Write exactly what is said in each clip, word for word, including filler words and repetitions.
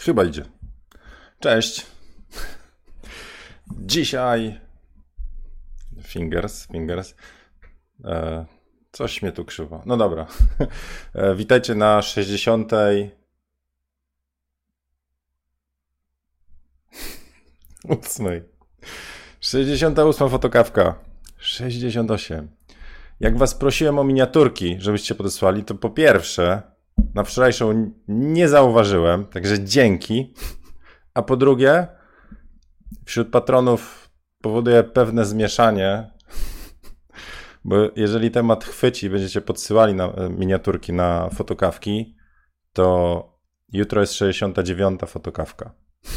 Chyba idzie. Cześć. Dzisiaj fingers, fingers. E, coś mnie tu krzywo. No dobra. E, witajcie na sześćdziesiątej ósmej. sześćdziesiąta ósma fotokawka. sześćdziesiąt osiem. Jak was prosiłem o miniaturki, żebyście podesłali, to po pierwsze na wczorajszą nie zauważyłem, także dzięki. A po drugie, wśród patronów powoduje pewne zmieszanie, bo jeżeli temat chwyci, będziecie podsyłali na miniaturki na fotokawki, to jutro jest sześćdziesiąta dziewiąta fotokawka.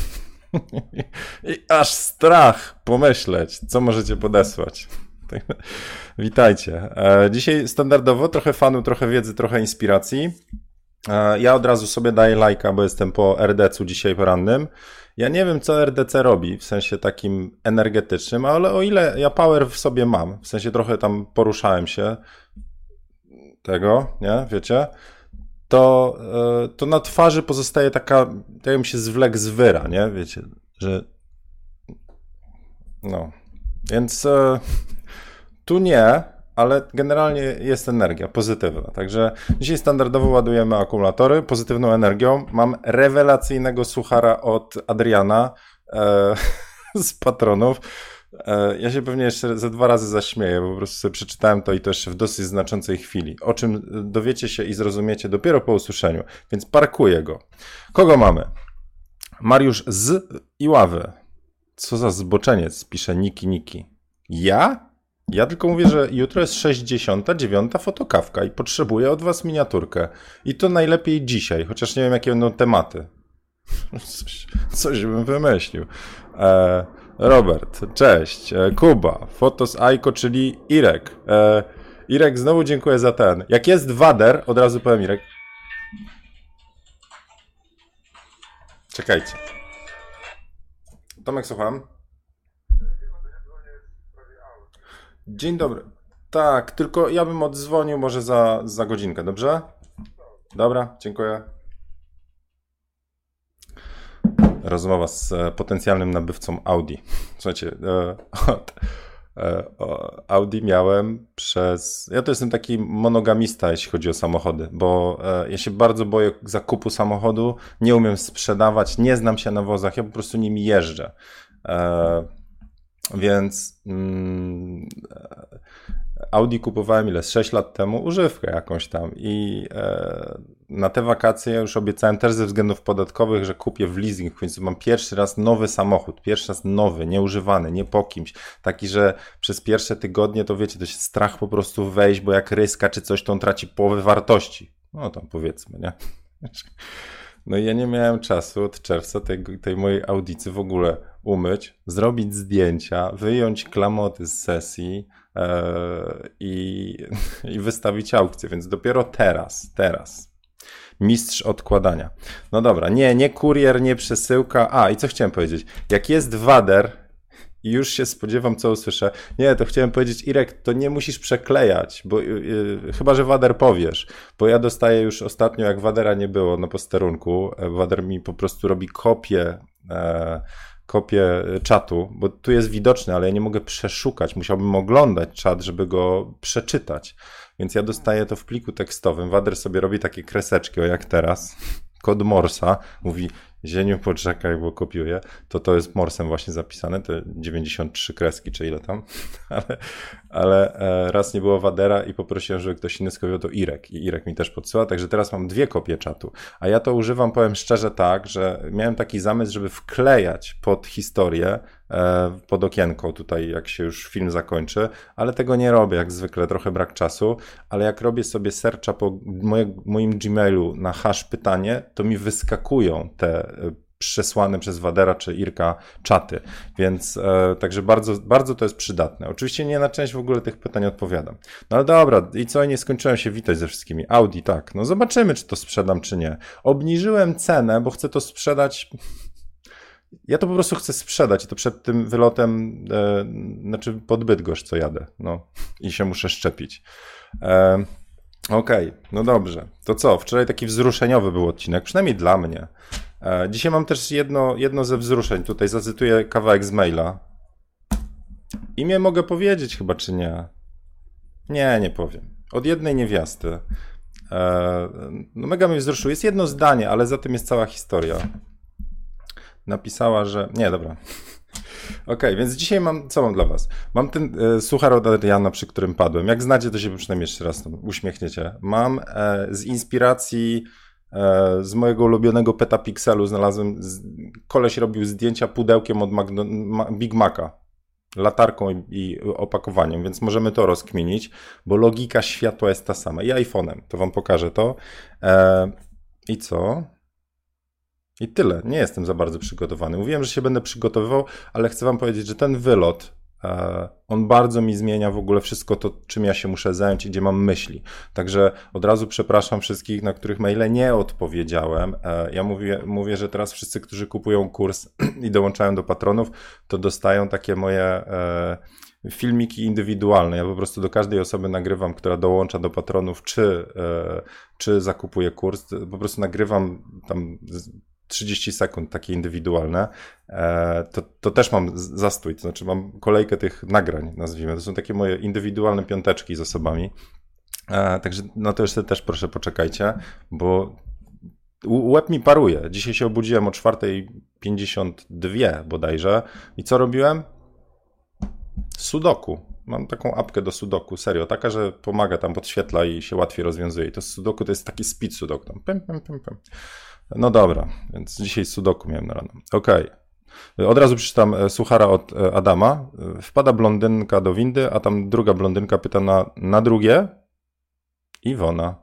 I aż strach pomyśleć, co możecie podesłać. Witajcie. Dzisiaj standardowo trochę fanu, trochę wiedzy, trochę inspiracji. Ja od razu sobie daję lajka, bo jestem po er de cu dzisiaj porannym. Ja nie wiem, co er de ce robi, w sensie takim energetycznym, ale o ile ja power w sobie mam, w sensie trochę tam poruszałem się tego, nie, wiecie, to, to na twarzy pozostaje taka, tak jakbym się zwlekł z wyra, nie, wiecie, że no, więc tu nie, ale generalnie jest energia pozytywna. Także dzisiaj standardowo ładujemy akumulatory pozytywną energią. Mam rewelacyjnego suchara od Adriana e, z patronów. E, ja się pewnie jeszcze ze dwa razy zaśmieję, bo po prostu sobie przeczytałem to i to jeszcze w dosyć znaczącej chwili. O czym dowiecie się i zrozumiecie dopiero po usłyszeniu, więc parkuję go. Kogo mamy? Mariusz z Iławy. Co za zboczeniec, pisze Niki Niki. Ja? Ja tylko mówię, że jutro jest sześćdziesiąta dziewiąta fotokawka i potrzebuję od was miniaturkę. I to najlepiej dzisiaj, chociaż nie wiem, jakie będą tematy. Coś, coś bym wymyślił. E, Robert, cześć. E, Kuba, Fotos Aiko, czyli Irek. E, Irek, znowu dziękuję za ten. Jak jest wader, od razu powiem Irek. Czekajcie. Tomek, słucham. Dzień dobry. Tak, tylko ja bym oddzwonił może za, za godzinkę, dobrze? Dobra, dziękuję. Rozmowa z potencjalnym nabywcą Audi. Słuchajcie, e, od, e, o, Audi miałem przez... Ja to jestem taki monogamista, jeśli chodzi o samochody, bo e, ja się bardzo boję zakupu samochodu, nie umiem sprzedawać, nie znam się na wozach, ja po prostu nimi jeżdżę. E, Więc mm, Audi kupowałem ile? sześć lat temu, używkę jakąś tam i e, na te wakacje ja już obiecałem też ze względów podatkowych, że kupię w leasing, więc mam pierwszy raz nowy samochód, pierwszy raz nowy, nieużywany, nie po kimś, taki, że przez pierwsze tygodnie to wiecie, to się strach po prostu wejść, bo jak ryska czy coś, to on traci połowę wartości, no tam powiedzmy, nie? No i ja nie miałem czasu od czerwca tej, tej mojej audycji w ogóle umyć, zrobić zdjęcia, wyjąć klamoty z sesji e, i, i wystawić aukcję, więc dopiero teraz, teraz. Mistrz odkładania. No dobra, nie, nie kurier, nie przesyłka. A, i co chciałem powiedzieć? Jak jest wader i już się spodziewam, co usłyszę. Nie, to chciałem powiedzieć, Irek, to nie musisz przeklejać, bo yy, chyba, że wader powiesz, bo ja dostaję już ostatnio, jak wadera nie było na posterunku, wader mi po prostu robi kopię, e, kopię czatu, bo tu jest widoczny, ale ja nie mogę przeszukać, musiałbym oglądać czat, żeby go przeczytać, więc ja dostaję to w pliku tekstowym, wader sobie robi takie kreseczki, o jak teraz, kod Morsa, mówi, Zieniu, poczekaj, bo kopiuję, to to jest Morsem właśnie zapisane, te dziewięćdziesiąt trzy kreski, czy ile tam, ale, ale raz nie było wadera i poprosiłem, żeby ktoś inny skopiował, to Irek i Irek mi też podsyła, także teraz mam dwie kopie czatu, a ja to używam, powiem szczerze tak, że miałem taki zamysł, żeby wklejać pod historię, pod okienko tutaj, jak się już film zakończy, ale tego nie robię, jak zwykle, trochę brak czasu, ale jak robię sobie searcha po moje, moim Gmailu na hash pytanie, to mi wyskakują te przesłane przez Wadera czy Irka czaty, więc e, także bardzo, bardzo to jest przydatne. Oczywiście nie na część w ogóle tych pytań odpowiadam. No ale dobra, i co, nie skończyłem się witać ze wszystkimi. Audi, tak, no zobaczymy, czy to sprzedam, czy nie. Obniżyłem cenę, bo chcę to sprzedać... Ja to po prostu chcę sprzedać i to przed tym wylotem, e, znaczy pod Bydgoszcz, co jadę, no i się muszę szczepić. E, Okej, okay, no dobrze. To co? Wczoraj taki wzruszeniowy był odcinek, przynajmniej dla mnie. Dzisiaj mam też jedno, jedno ze wzruszeń. Tutaj zacytuję kawałek z maila. Imię mogę powiedzieć chyba, czy nie? Nie, nie powiem. Od jednej niewiasty. No mega mnie wzruszył. Jest jedno zdanie, ale za tym jest cała historia. Napisała, że... Nie, dobra. Okej, okay, więc dzisiaj mam... Co mam dla was? Mam ten e, suchar od Adriana, przy którym padłem. Jak znacie, to się przynajmniej jeszcze raz uśmiechniecie. Mam e, z inspiracji e, z mojego ulubionego Petapixelu znalazłem... Z, koleś robił zdjęcia pudełkiem od Magno, Ma, Big Maca. Latarką i, i opakowaniem, więc możemy to rozkminić, bo logika światła jest ta sama. I iPhone'em, to wam pokażę to. E, I co? I tyle. Nie jestem za bardzo przygotowany. Mówiłem, że się będę przygotowywał, ale chcę wam powiedzieć, że ten wylot, e, on bardzo mi zmienia w ogóle wszystko to, czym ja się muszę zająć i gdzie mam myśli. Także od razu przepraszam wszystkich, na których maile nie odpowiedziałem. E, ja mówię, mówię, że teraz wszyscy, którzy kupują kurs i dołączają do patronów, to dostają takie moje e, filmiki indywidualne. Ja po prostu do każdej osoby nagrywam, która dołącza do patronów, czy, e, czy zakupuje kurs. Po prostu nagrywam tam trzydzieści sekund takie indywidualne, to, to też mam zastój, to znaczy mam kolejkę tych nagrań, nazwijmy. To są takie moje indywidualne piąteczki z osobami. Także no to jeszcze też proszę poczekajcie, bo łeb mi paruje. Dzisiaj się obudziłem o czwarta pięćdziesiąt dwa bodajże i co robiłem? Sudoku. Mam taką apkę do sudoku, serio, taka, że pomaga, tam podświetla i się łatwiej rozwiązuje. I to sudoku to jest taki speed sudoku. Tam pim, pim, pim, pim. No dobra, więc dzisiaj sudoku miałem na rano. Okej. Okay. Od razu przeczytam suchara od Adama. Wpada blondynka do windy, a tam druga blondynka pyta na, na drugie. Iwona.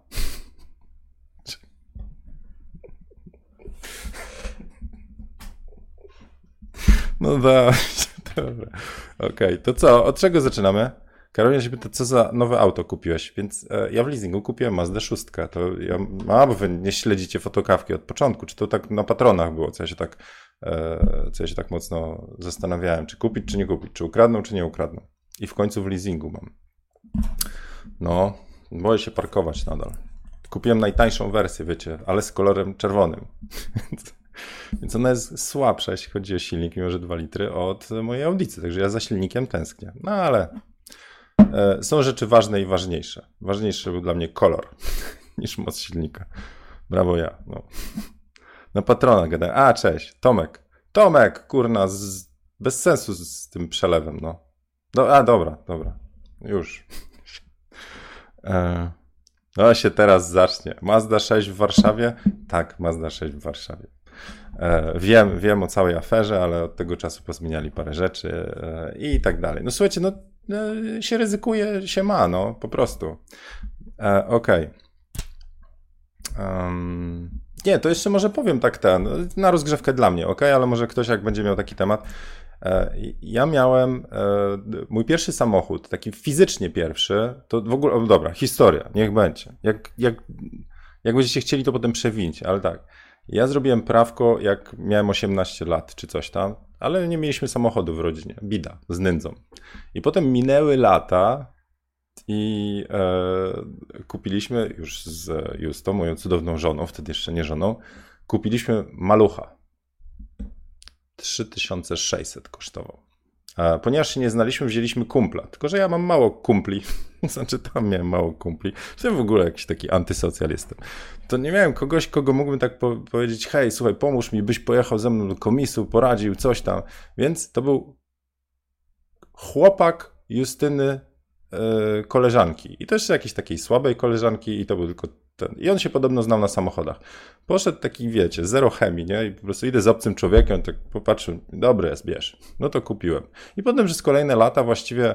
No dobra. Dobra. Okej, okay. To co? Od czego zaczynamy? Karolina się pyta, co za nowe auto kupiłeś? Więc e, ja w leasingu kupiłem Mazdę sześć. To ja, a, bo wy nie śledzicie fotokawki od początku. Czy to tak na patronach było, co ja się tak, e, co ja się tak mocno zastanawiałem, czy kupić, czy nie kupić, czy ukradną, czy nie ukradną. I w końcu w leasingu mam. No, boję się parkować nadal. Kupiłem najtańszą wersję, wiecie, ale z kolorem czerwonym. Więc ona jest słabsza, jeśli chodzi o silnik, mimo że dwa litry od mojej audycji. Także ja za silnikiem tęsknię. No ale e, są rzeczy ważne i ważniejsze. Ważniejszy był dla mnie kolor niż moc silnika. Brawo ja. No. Na patrona gadałem. A, cześć. Tomek. Tomek, kurna, z, bez sensu z, z tym przelewem, no. Do, a, dobra, dobra. Już. E, no się teraz zacznie. Mazda sześć w Warszawie? Tak, Mazda sześć w Warszawie. E, wiem, wiem o całej aferze, ale od tego czasu pozmieniali parę rzeczy e, i tak dalej. No słuchajcie, no e, się ryzykuje, się ma, no po prostu. E, Okej. Okay. Um, nie, to jeszcze może powiem tak ten, na rozgrzewkę dla mnie, ok? Ale może ktoś jak będzie miał taki temat. E, ja miałem e, mój pierwszy samochód, taki fizycznie pierwszy, to w ogóle, o, dobra, historia, niech będzie. Jak, jak, jak będziecie chcieli, to potem przewincie, ale tak. Ja zrobiłem prawko, jak miałem osiemnaście lat, czy coś tam, ale nie mieliśmy samochodu w rodzinie. Bida, z nędzą. I potem minęły lata i e, kupiliśmy już z Justą, moją cudowną żoną, wtedy jeszcze nie żoną, kupiliśmy malucha. trzy tysiące sześćset kosztował. A ponieważ się nie znaliśmy, wzięliśmy kumpla. Tylko że ja mam mało kumpli. Znaczy tam miałem mało kumpli. Jestem w ogóle jakiś taki antysocjal jestem. To nie miałem kogoś, kogo mógłbym tak po- powiedzieć, hej, słuchaj, pomóż mi, byś pojechał ze mną do komisu, poradził, coś tam. Więc to był chłopak Justyny yy, koleżanki. I też jakiejś takiej słabej koleżanki i to był tylko ten. I on się podobno znał na samochodach. Poszedł taki, wiecie, zero chemii, nie? I po prostu idę z obcym człowiekiem, tak popatrzył, dobry jest, bierz. No to kupiłem. I potem przez kolejne lata właściwie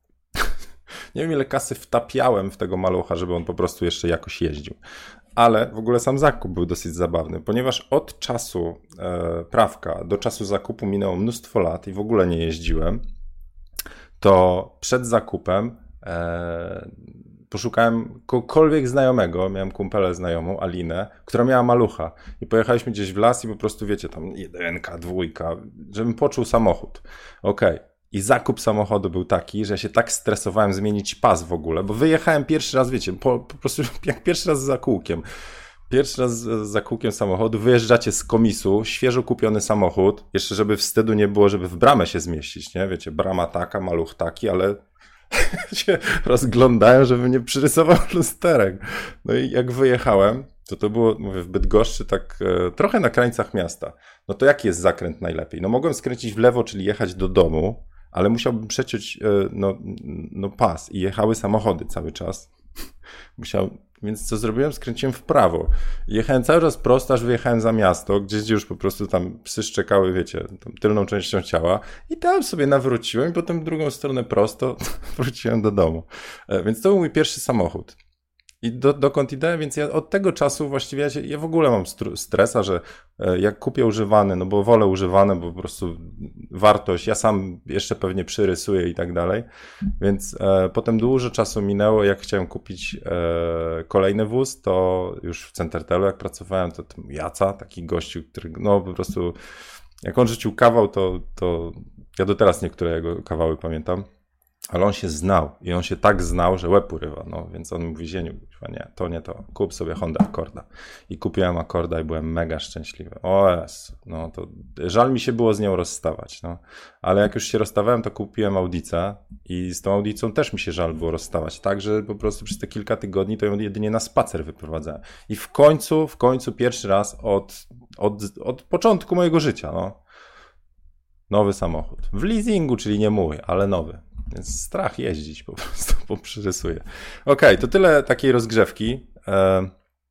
nie wiem ile kasy wtapiałem w tego malucha, żeby on po prostu jeszcze jakoś jeździł. Ale w ogóle sam zakup był dosyć zabawny, ponieważ od czasu e, prawka do czasu zakupu minęło mnóstwo lat i w ogóle nie jeździłem, to przed zakupem e, poszukałem kogokolwiek znajomego, miałem kumpelę znajomą, Alinę, która miała malucha i pojechaliśmy gdzieś w las i po prostu wiecie, tam jedynka, dwójka, żebym poczuł samochód. Okej. Okay. I zakup samochodu był taki, że ja się tak stresowałem zmienić pas w ogóle, bo wyjechałem pierwszy raz, wiecie, po, po prostu jak pierwszy raz za kółkiem. Pierwszy raz z zakupkiem samochodu, wyjeżdżacie z komisu, świeżo kupiony samochód, jeszcze żeby wstydu nie było, żeby w bramę się zmieścić, nie? Wiecie, brama taka, maluch taki, ale się rozglądają, żeby nie przyrysował lusterek. No i jak wyjechałem, to to było, mówię, w Bydgoszczy, tak e, trochę na krańcach miasta. No to jaki jest zakręt najlepiej? No mogłem skręcić w lewo, czyli jechać do domu, ale musiałbym przeciąć e, no, no pas i jechały samochody cały czas. Musiał, więc co zrobiłem? Skręciłem w prawo. Jechałem cały czas prosto, aż wyjechałem za miasto, gdzieś już po prostu tam psy szczekały, wiecie, tam tylną częścią ciała i tam sobie nawróciłem i potem drugą stronę prosto wróciłem do domu. E, więc to był mój pierwszy samochód. I do, dokąd idę? Więc ja od tego czasu właściwie ja, się, ja w ogóle mam stru, stresa, że e, jak kupię używany, no bo wolę używane, bo po prostu wartość, ja sam jeszcze pewnie przyrysuję i tak dalej. Więc e, potem dużo czasu minęło, jak chciałem kupić e, kolejny wóz, to już w Centertelu jak pracowałem, to, to Jaca, taki gościu, który no po prostu, jak on rzucił kawał, to, to ja do teraz niektóre jego kawały pamiętam. Ale on się znał i on się tak znał, że łeb urywa, no więc on mówi, Zieniu, nie, to nie to, kup sobie Honda Accorda. I kupiłem Accorda i byłem mega szczęśliwy. O Jezu, no to żal mi się było z nią rozstawać, no. Ale jak już się rozstawałem, to kupiłem Audicę i z tą Audicą też mi się żal było rozstawać, tak, że po prostu przez te kilka tygodni to ją jedynie na spacer wyprowadzałem. I w końcu, w końcu pierwszy raz od, od, od początku mojego życia, no, nowy samochód. W leasingu, czyli nie mój, ale nowy. Więc strach jeździć po prostu, bo przyrysuję. Okej, okay, to tyle takiej rozgrzewki. E,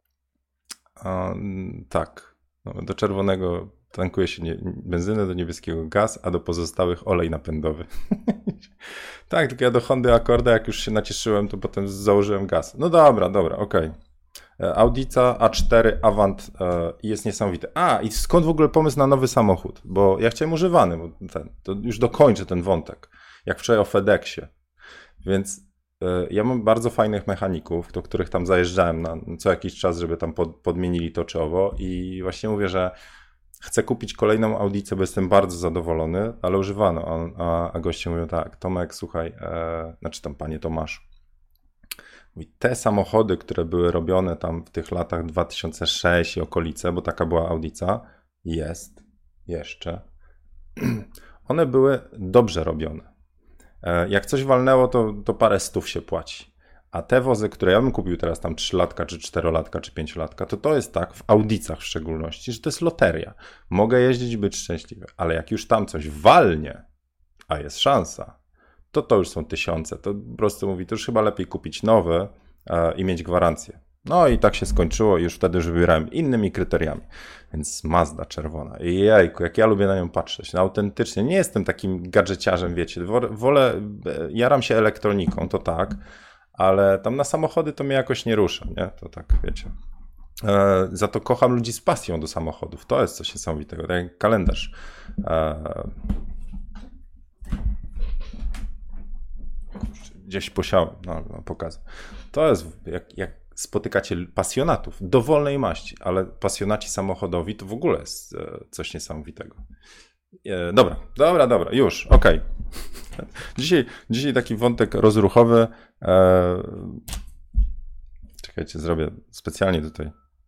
e, tak, no, do czerwonego tankuje się nie, benzynę, do niebieskiego gaz, a do pozostałych olej napędowy. Tak, tylko ja do Hondy Accorda, jak już się nacieszyłem, to potem założyłem gaz. No dobra, dobra, okej. Okay. Audica A cztery Avant e, jest niesamowite. A, i skąd w ogóle pomysł na nowy samochód? Bo ja chciałem używany, bo ten, to już dokończę ten wątek. Jak wczoraj o FedExie. Więc y, ja mam bardzo fajnych mechaników, do których tam zajeżdżałem na co jakiś czas, żeby tam pod, podmienili to czy owo i właśnie mówię, że chcę kupić kolejną Audicę, bo jestem bardzo zadowolony, ale używano. A, a, a goście mówią tak, Tomek, słuchaj, e, znaczy tam panie Tomaszu, mówi, te samochody, które były robione tam w tych latach dwa tysiące szósty i okolice, bo taka była Audica, jest jeszcze, one były dobrze robione. Jak coś walnęło, to, to parę stów się płaci. A te wozy, które ja bym kupił teraz tam trzylatka, czy czterolatka, czy pięciolatka, to to jest tak, w Audicach w szczególności, że to jest loteria. Mogę jeździć, być szczęśliwy, ale jak już tam coś walnie, a jest szansa, to to już są tysiące. To po prostu mówi, to już chyba lepiej kupić nowe e, i mieć gwarancję. No i tak się skończyło i już wtedy już wybierałem innymi kryteriami. Więc Mazda czerwona. I jejku, jak ja lubię na nią patrzeć. No autentycznie, nie jestem takim gadżeciarzem, wiecie. Wolę, jaram się elektroniką, to tak, ale tam na samochody to mnie jakoś nie rusza, nie? To tak, wiecie. E, za to kocham ludzi z pasją do samochodów. To jest coś niesamowitego. Tak jak kalendarz. E, gdzieś posiałem, no, no pokazę. To jest, jak, jak spotykacie pasjonatów dowolnej maści, ale pasjonaci samochodowi to w ogóle jest coś niesamowitego. E, dobra, dobra, dobra, już, okej. Okay. Dzisiaj, dzisiaj taki wątek rozruchowy. E, czekajcie, zrobię specjalnie tutaj.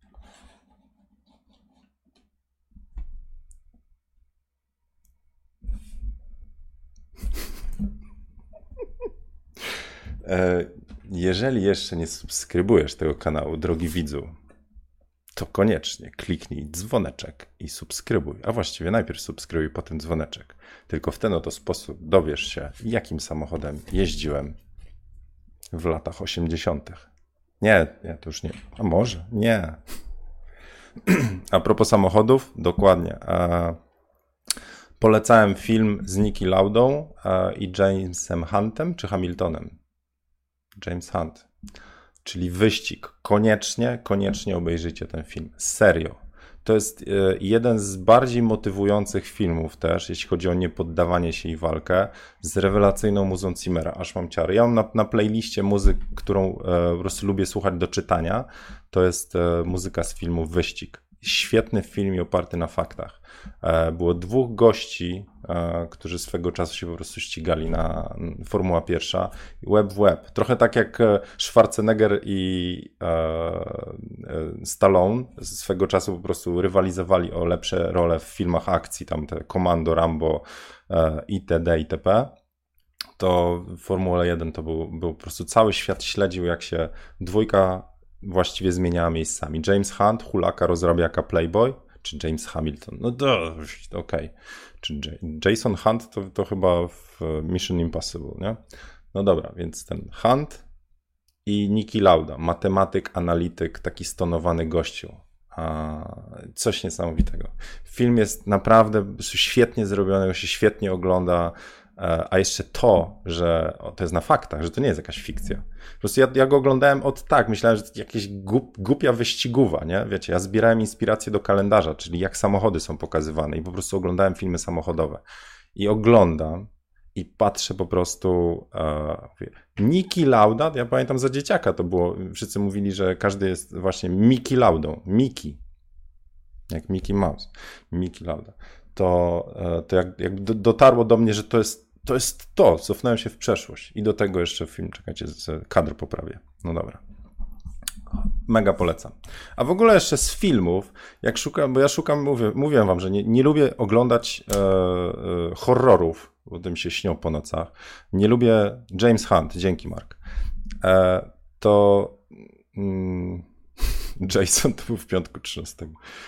E, Jeżeli jeszcze nie subskrybujesz tego kanału, drogi widzu, to koniecznie kliknij dzwoneczek i subskrybuj. A właściwie najpierw subskrybuj, potem dzwoneczek. Tylko w ten oto sposób dowiesz się, jakim samochodem jeździłem w latach osiemdziesiątych. Nie, nie, to już nie. A może? Nie. A propos samochodów, dokładnie. A polecałem film z Niki Laudą i Jamesem Huntem, czy Hamiltonem? James Hunt, czyli Wyścig. Koniecznie, koniecznie obejrzyjcie ten film. Serio. To jest jeden z bardziej motywujących filmów też, jeśli chodzi o niepoddawanie się i walkę, z rewelacyjną muzą Zimmera. Aż mam ciary. Ja mam na, na playliście muzyk, którą e, po prostu lubię słuchać do czytania. To jest e, muzyka z filmu Wyścig. świetny film i oparty na faktach. Było dwóch gości, którzy swego czasu się po prostu ścigali na Formuła Pierwsza, web w web. Trochę tak jak Schwarzenegger i Stallone swego czasu po prostu rywalizowali o lepsze role w filmach akcji, tam te Komando, Rambo itd. itp. To Formuła jeden to był, był po prostu cały świat śledził, jak się dwójka właściwie zmieniała miejscami. James Hunt, hulaka, rozrabiaka, playboy, czy James Hamilton? No to okej. Okay. Czy Jason Hunt to, to chyba w Mission Impossible, nie? No dobra, więc ten Hunt i Niki Lauda, matematyk, analityk, taki stonowany gościu. A, coś niesamowitego. Film jest naprawdę świetnie zrobiony, się świetnie ogląda. A jeszcze to, że to jest na faktach, że to nie jest jakaś fikcja. Po prostu ja, ja go oglądałem od tak, myślałem, że to jakaś głup, głupia wyścigówa, nie? Wiecie, ja zbierałem inspirację do kalendarza, czyli jak samochody są pokazywane i po prostu oglądałem filmy samochodowe. I oglądam i patrzę po prostu, e, mówię, Niki Lauda, ja pamiętam za dzieciaka to było, wszyscy mówili, że każdy jest właśnie Miki Laudą, Miki, jak Mickey Mouse, Miki Lauda. To, to jak, jak dotarło do mnie, że to jest to, jest to, cofnąłem się w przeszłość i do tego jeszcze film, czekajcie, kadr poprawię. No dobra. Mega polecam. A w ogóle jeszcze z filmów, jak szukam, bo ja szukam, mówię, mówiłem wam, że nie, nie lubię oglądać e, e, horrorów, bo tym się śnią po nocach. Nie lubię James Hunt, dzięki Mark. E, to mm, Jason to był w piątku trzynastego.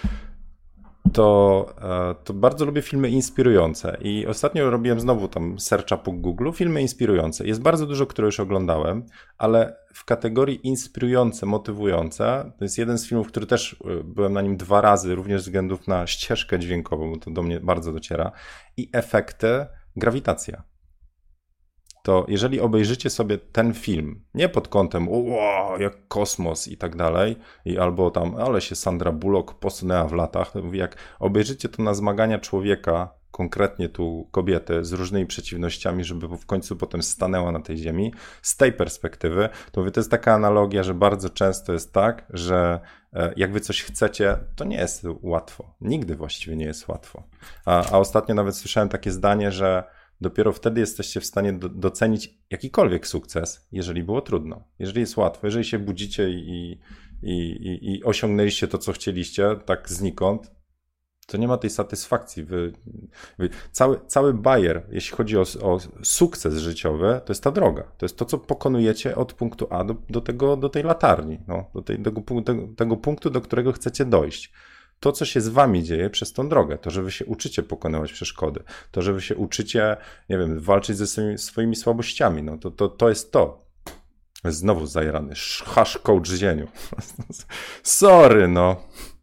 To, to bardzo lubię filmy inspirujące i ostatnio robiłem znowu tam searcha po Google, filmy inspirujące. Jest bardzo dużo, które już oglądałem, ale w kategorii inspirujące, motywujące, to jest jeden z filmów, który też byłem na nim dwa razy, również ze względów na ścieżkę dźwiękową, bo to do mnie bardzo dociera, i efekty, grawitacja. To jeżeli obejrzycie sobie ten film, nie pod kątem wow, jak kosmos i tak dalej, i albo tam, ale się Sandra Bullock posunęła w latach, to mówię, jak obejrzycie to na zmagania człowieka, konkretnie tu kobiety, z różnymi przeciwnościami, żeby w końcu potem stanęła na tej ziemi, z tej perspektywy, to mówię, to jest taka analogia, że bardzo często jest tak, że jak wy coś chcecie, to nie jest łatwo. Nigdy właściwie nie jest łatwo. A, a ostatnio nawet słyszałem takie zdanie, że dopiero wtedy jesteście w stanie do, docenić jakikolwiek sukces, jeżeli było trudno. Jeżeli jest łatwo, jeżeli się budzicie i, i, i, i osiągnęliście to, co chcieliście, tak znikąd, to nie ma tej satysfakcji. Wy, wy, cały, cały bajer, jeśli chodzi o, o sukces życiowy, to jest ta droga. To jest to, co pokonujecie od punktu A do, do, tego, do tej latarni, no, do tej, tego, tego, tego punktu, do którego chcecie dojść. To, co się z wami dzieje przez tą drogę, to, że wy się uczycie pokonywać przeszkody, to, że wy się uczycie, nie wiem, walczyć ze swoimi, swoimi słabościami, no to, to, to jest to. Znowu zajerany, hash coach zieniu. Sorry, no.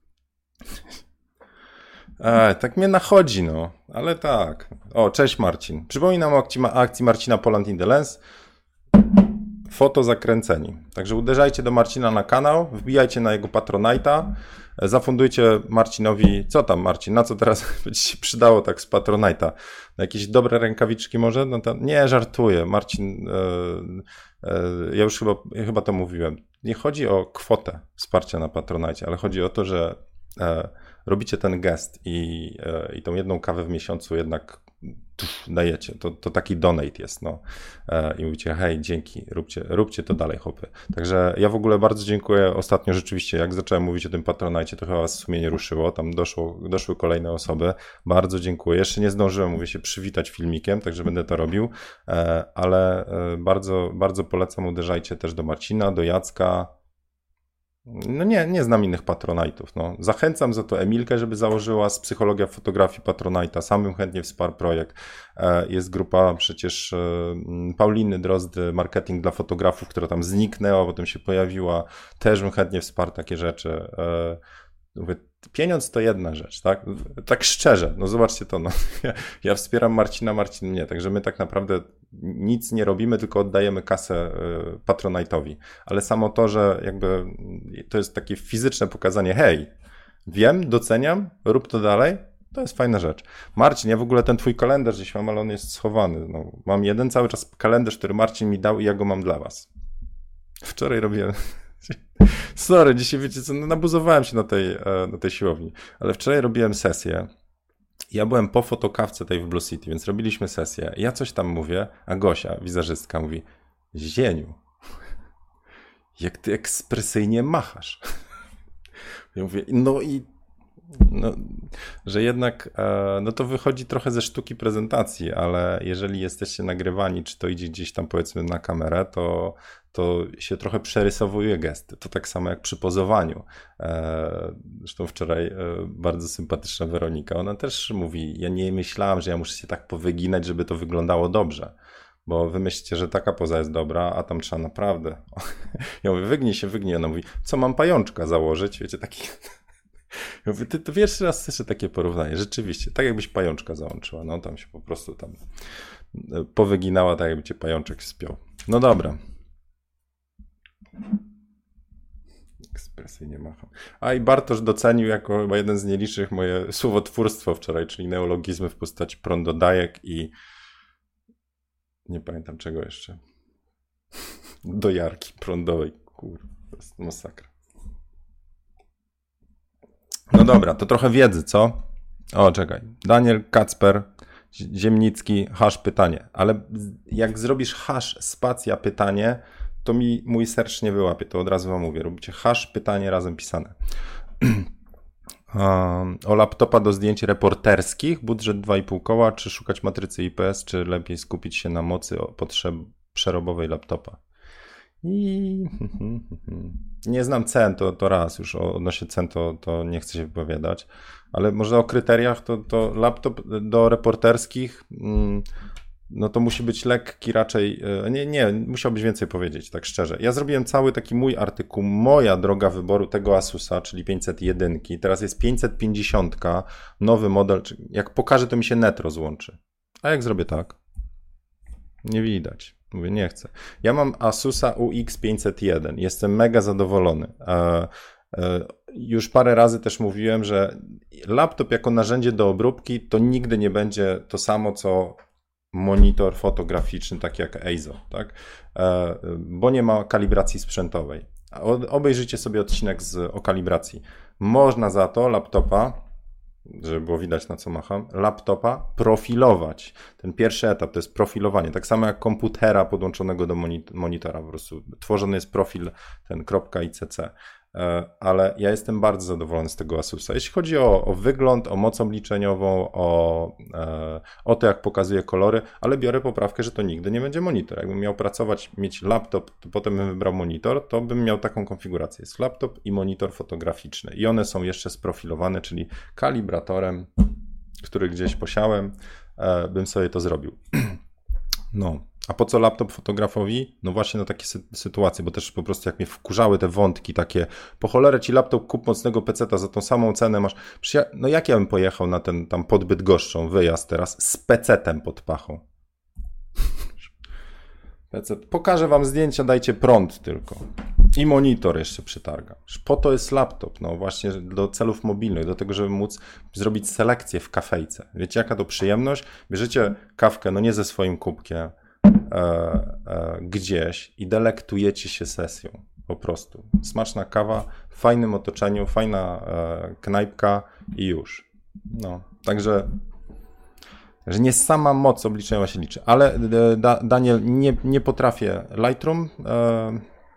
E, tak mnie nachodzi, no, ale tak. O, cześć Marcin. Przypominam o akcji, akcji Marcina Poland in the Lens. Foto zakręceni. Także uderzajcie do Marcina na kanał, wbijajcie na jego Patronite'a, zafundujcie Marcinowi, co tam Marcin, na co teraz będzie się przydało tak z Patronite'a? Na jakieś dobre rękawiczki może? No to, nie, żartuję, Marcin, e, e, ja już chyba, chyba to mówiłem. Nie chodzi o kwotę wsparcia na Patronite, ale chodzi o to, że e, robicie ten gest i, e, i tą jedną kawę w miesiącu jednak dajecie, to, to taki donate jest, no. E, I mówicie, hej, dzięki, róbcie, róbcie to dalej, chłopy. Także ja w ogóle bardzo dziękuję. Ostatnio rzeczywiście, jak zacząłem mówić o tym Patronite, to chyba was sumienie ruszyło, tam doszło, doszły kolejne osoby. Bardzo dziękuję. Jeszcze nie zdążyłem, mówię się, przywitać filmikiem, także będę to robił, e, ale e, bardzo, bardzo polecam, uderzajcie też do Marcina, do Jacka. No nie, nie znam innych Patronite'ów. No. Zachęcam za to Emilkę, żeby założyła z Psychologia Fotografii Patronite'a. Sam bym chętnie wsparł projekt. Jest grupa przecież Pauliny Drozdy, Marketing dla Fotografów, która tam zniknęła, potem się pojawiła. Też bym chętnie wsparł takie rzeczy. Mówię, pieniądz to jedna rzecz, tak? Tak szczerze, no zobaczcie to, no. Ja, ja wspieram Marcina, Marcin mnie, także my tak naprawdę nic nie robimy, tylko oddajemy kasę Patronite'owi. Ale samo to, że jakby to jest takie fizyczne pokazanie, hej, wiem, doceniam, rób to dalej, to jest fajna rzecz. Marcin, ja w ogóle ten twój kalendarz gdzieś mam, ale on jest schowany. No, mam jeden cały czas kalendarz, który Marcin mi dał i ja go mam dla was. Wczoraj robiłem Sorry, dzisiaj wiecie co, no, nabuzowałem się na tej, na tej siłowni, ale wczoraj robiłem sesję. Ja byłem po fotokawce tej w Blue City, więc robiliśmy sesję. Ja coś tam mówię, a Gosia, wizerzystka, mówi: Zieniu, jak ty ekspresyjnie machasz. Ja mówię, no i no, że jednak e, no to wychodzi trochę ze sztuki prezentacji, ale jeżeli jesteście nagrywani, czy to idzie gdzieś tam powiedzmy na kamerę, to, to się trochę przerysowuje gesty. To tak samo jak przy pozowaniu. E, zresztą wczoraj e, bardzo sympatyczna Weronika, ona też mówi, ja nie myślałam, że ja muszę się tak powyginać, żeby to wyglądało dobrze. Bo wy myślicie, że taka poza jest dobra, a tam trzeba naprawdę. Ja mówię, wygnij się, wygnij. Ona mówi, co mam pajączka założyć? Wiecie, taki... Ja mówię, ty to pierwszy raz słyszę takie porównanie. Rzeczywiście, tak jakbyś pajączka załączyła. No tam się po prostu tam powyginała, tak jakby cię pajączek spiął. No dobra. Ekspresyjnie macham. A i Bartosz docenił jako chyba jeden z nielicznych moje słowotwórstwo wczoraj, czyli neologizmy w postaci prądodajek i nie pamiętam czego jeszcze. Dojarki prądowej. Kurwa, to jest masakra. No dobra, to trochę wiedzy, co? O, czekaj. Daniel Kacper, Ziemnicki, hash pytanie. Ale jak zrobisz hash spacja pytanie, to mi mój search nie wyłapie. To od razu wam mówię. Róbcie hash pytanie razem pisane. Um, o laptopa do zdjęć reporterskich, budżet dwa i pół koła, czy szukać matrycy I P S, czy lepiej skupić się na mocy potrzeb przerobowej laptopa? I nie znam cen, to, to raz już odnośnie cen to, to nie chcę się wypowiadać, ale może o kryteriach to, to laptop do reporterskich, no to musi być lekki raczej, nie, nie, musiałbyś więcej powiedzieć, tak szczerze. Ja zrobiłem cały taki mój artykuł, moja droga wyboru tego Asusa, czyli pięćset jeden, teraz jest pięćset pięćdziesiąt, nowy model, jak pokażę, to mi się net rozłączy. A jak zrobię tak? Nie widać. Mówię, nie chcę. Ja mam Asusa U X pięćset jeden. Jestem mega zadowolony. E, e, już parę razy też mówiłem, że laptop jako narzędzie do obróbki to nigdy nie będzie to samo, co monitor fotograficzny, taki jak E I Z O, tak? E, bo nie ma kalibracji sprzętowej. Obejrzyjcie sobie odcinek z, o kalibracji. Można za to laptopa, żeby było widać na co macham, laptopa profilować. Ten pierwszy etap to jest profilowanie. Tak samo jak komputera podłączonego do monitora. Po prostu tworzony jest profil ten .icc. Ale ja jestem bardzo zadowolony z tego Asusa. Jeśli chodzi o, o wygląd, o moc obliczeniową, o, o to jak pokazuje kolory, ale biorę poprawkę, że to nigdy nie będzie monitor. Jakbym miał pracować, mieć laptop, to potem bym wybrał monitor, to bym miał taką konfigurację. Jest laptop i monitor fotograficzny. I one są jeszcze sprofilowane, czyli kalibratorem, który gdzieś posiałem, bym sobie to zrobił. No. A po co laptop fotografowi? No właśnie na takie sy- sytuacje, bo też po prostu jak mnie wkurzały te wątki takie, po cholerę ci laptop, kup mocnego peceta, za tą samą cenę masz. Przecież ja, no jak ja bym pojechał na ten tam pod Bydgoszczą wyjazd teraz z pecetem pod pachą? Pecet. Pokażę wam zdjęcia, dajcie prąd tylko. I monitor jeszcze przytargam. Po to jest laptop, no właśnie do celów mobilnych, do tego, żeby móc zrobić selekcję w kafejce. Wiecie jaka to przyjemność? Bierzecie kawkę, no nie ze swoim kubkiem, E, e, gdzieś i delektujecie się sesją. Po prostu. Smaczna kawa, w fajnym otoczeniu, fajna e, knajpka i już. No, także że nie sama moc obliczeniowa się liczy. Ale e, da, Daniel, nie, nie potrafię Lightroom. E,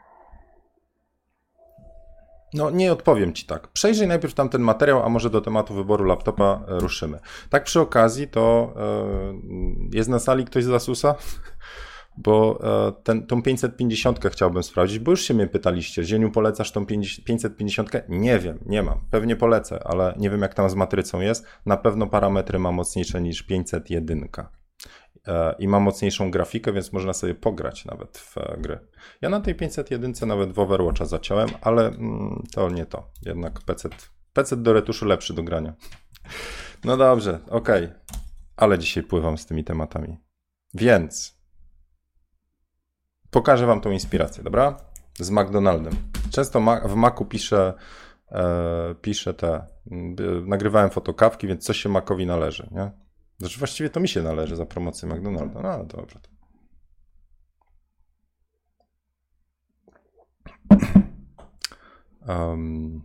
no nie odpowiem ci tak. Przejrzyj najpierw tamten materiał, a może do tematu wyboru laptopa ruszymy. Tak przy okazji to e, jest na sali ktoś z Asusa? Bo ten, tą pięćset pięćdziesiąt chciałbym sprawdzić, bo już się mnie pytaliście, Zieniu, polecasz tą pięćset pięćdziesiąt? Nie wiem, nie mam. Pewnie polecę, ale nie wiem jak tam z matrycą jest. Na pewno parametry ma mocniejsze niż pięćset jeden i ma mocniejszą grafikę, więc można sobie pograć nawet w gry. Ja na tej pięćset jeden nawet w Overwatcha zaciąłem, ale mm, to nie to. Jednak PC, PC do retuszu lepszy do grania. No dobrze, okej. Okay. Ale dzisiaj pływam z tymi tematami. Więc pokażę wam tą inspirację, dobra? Z McDonaldem. Często w Macu piszę, e, piszę te, e, nagrywałem fotokawki, więc coś się Macowi należy, nie? Znaczy właściwie to mi się należy za promocję McDonalda. No ale dobra. Um.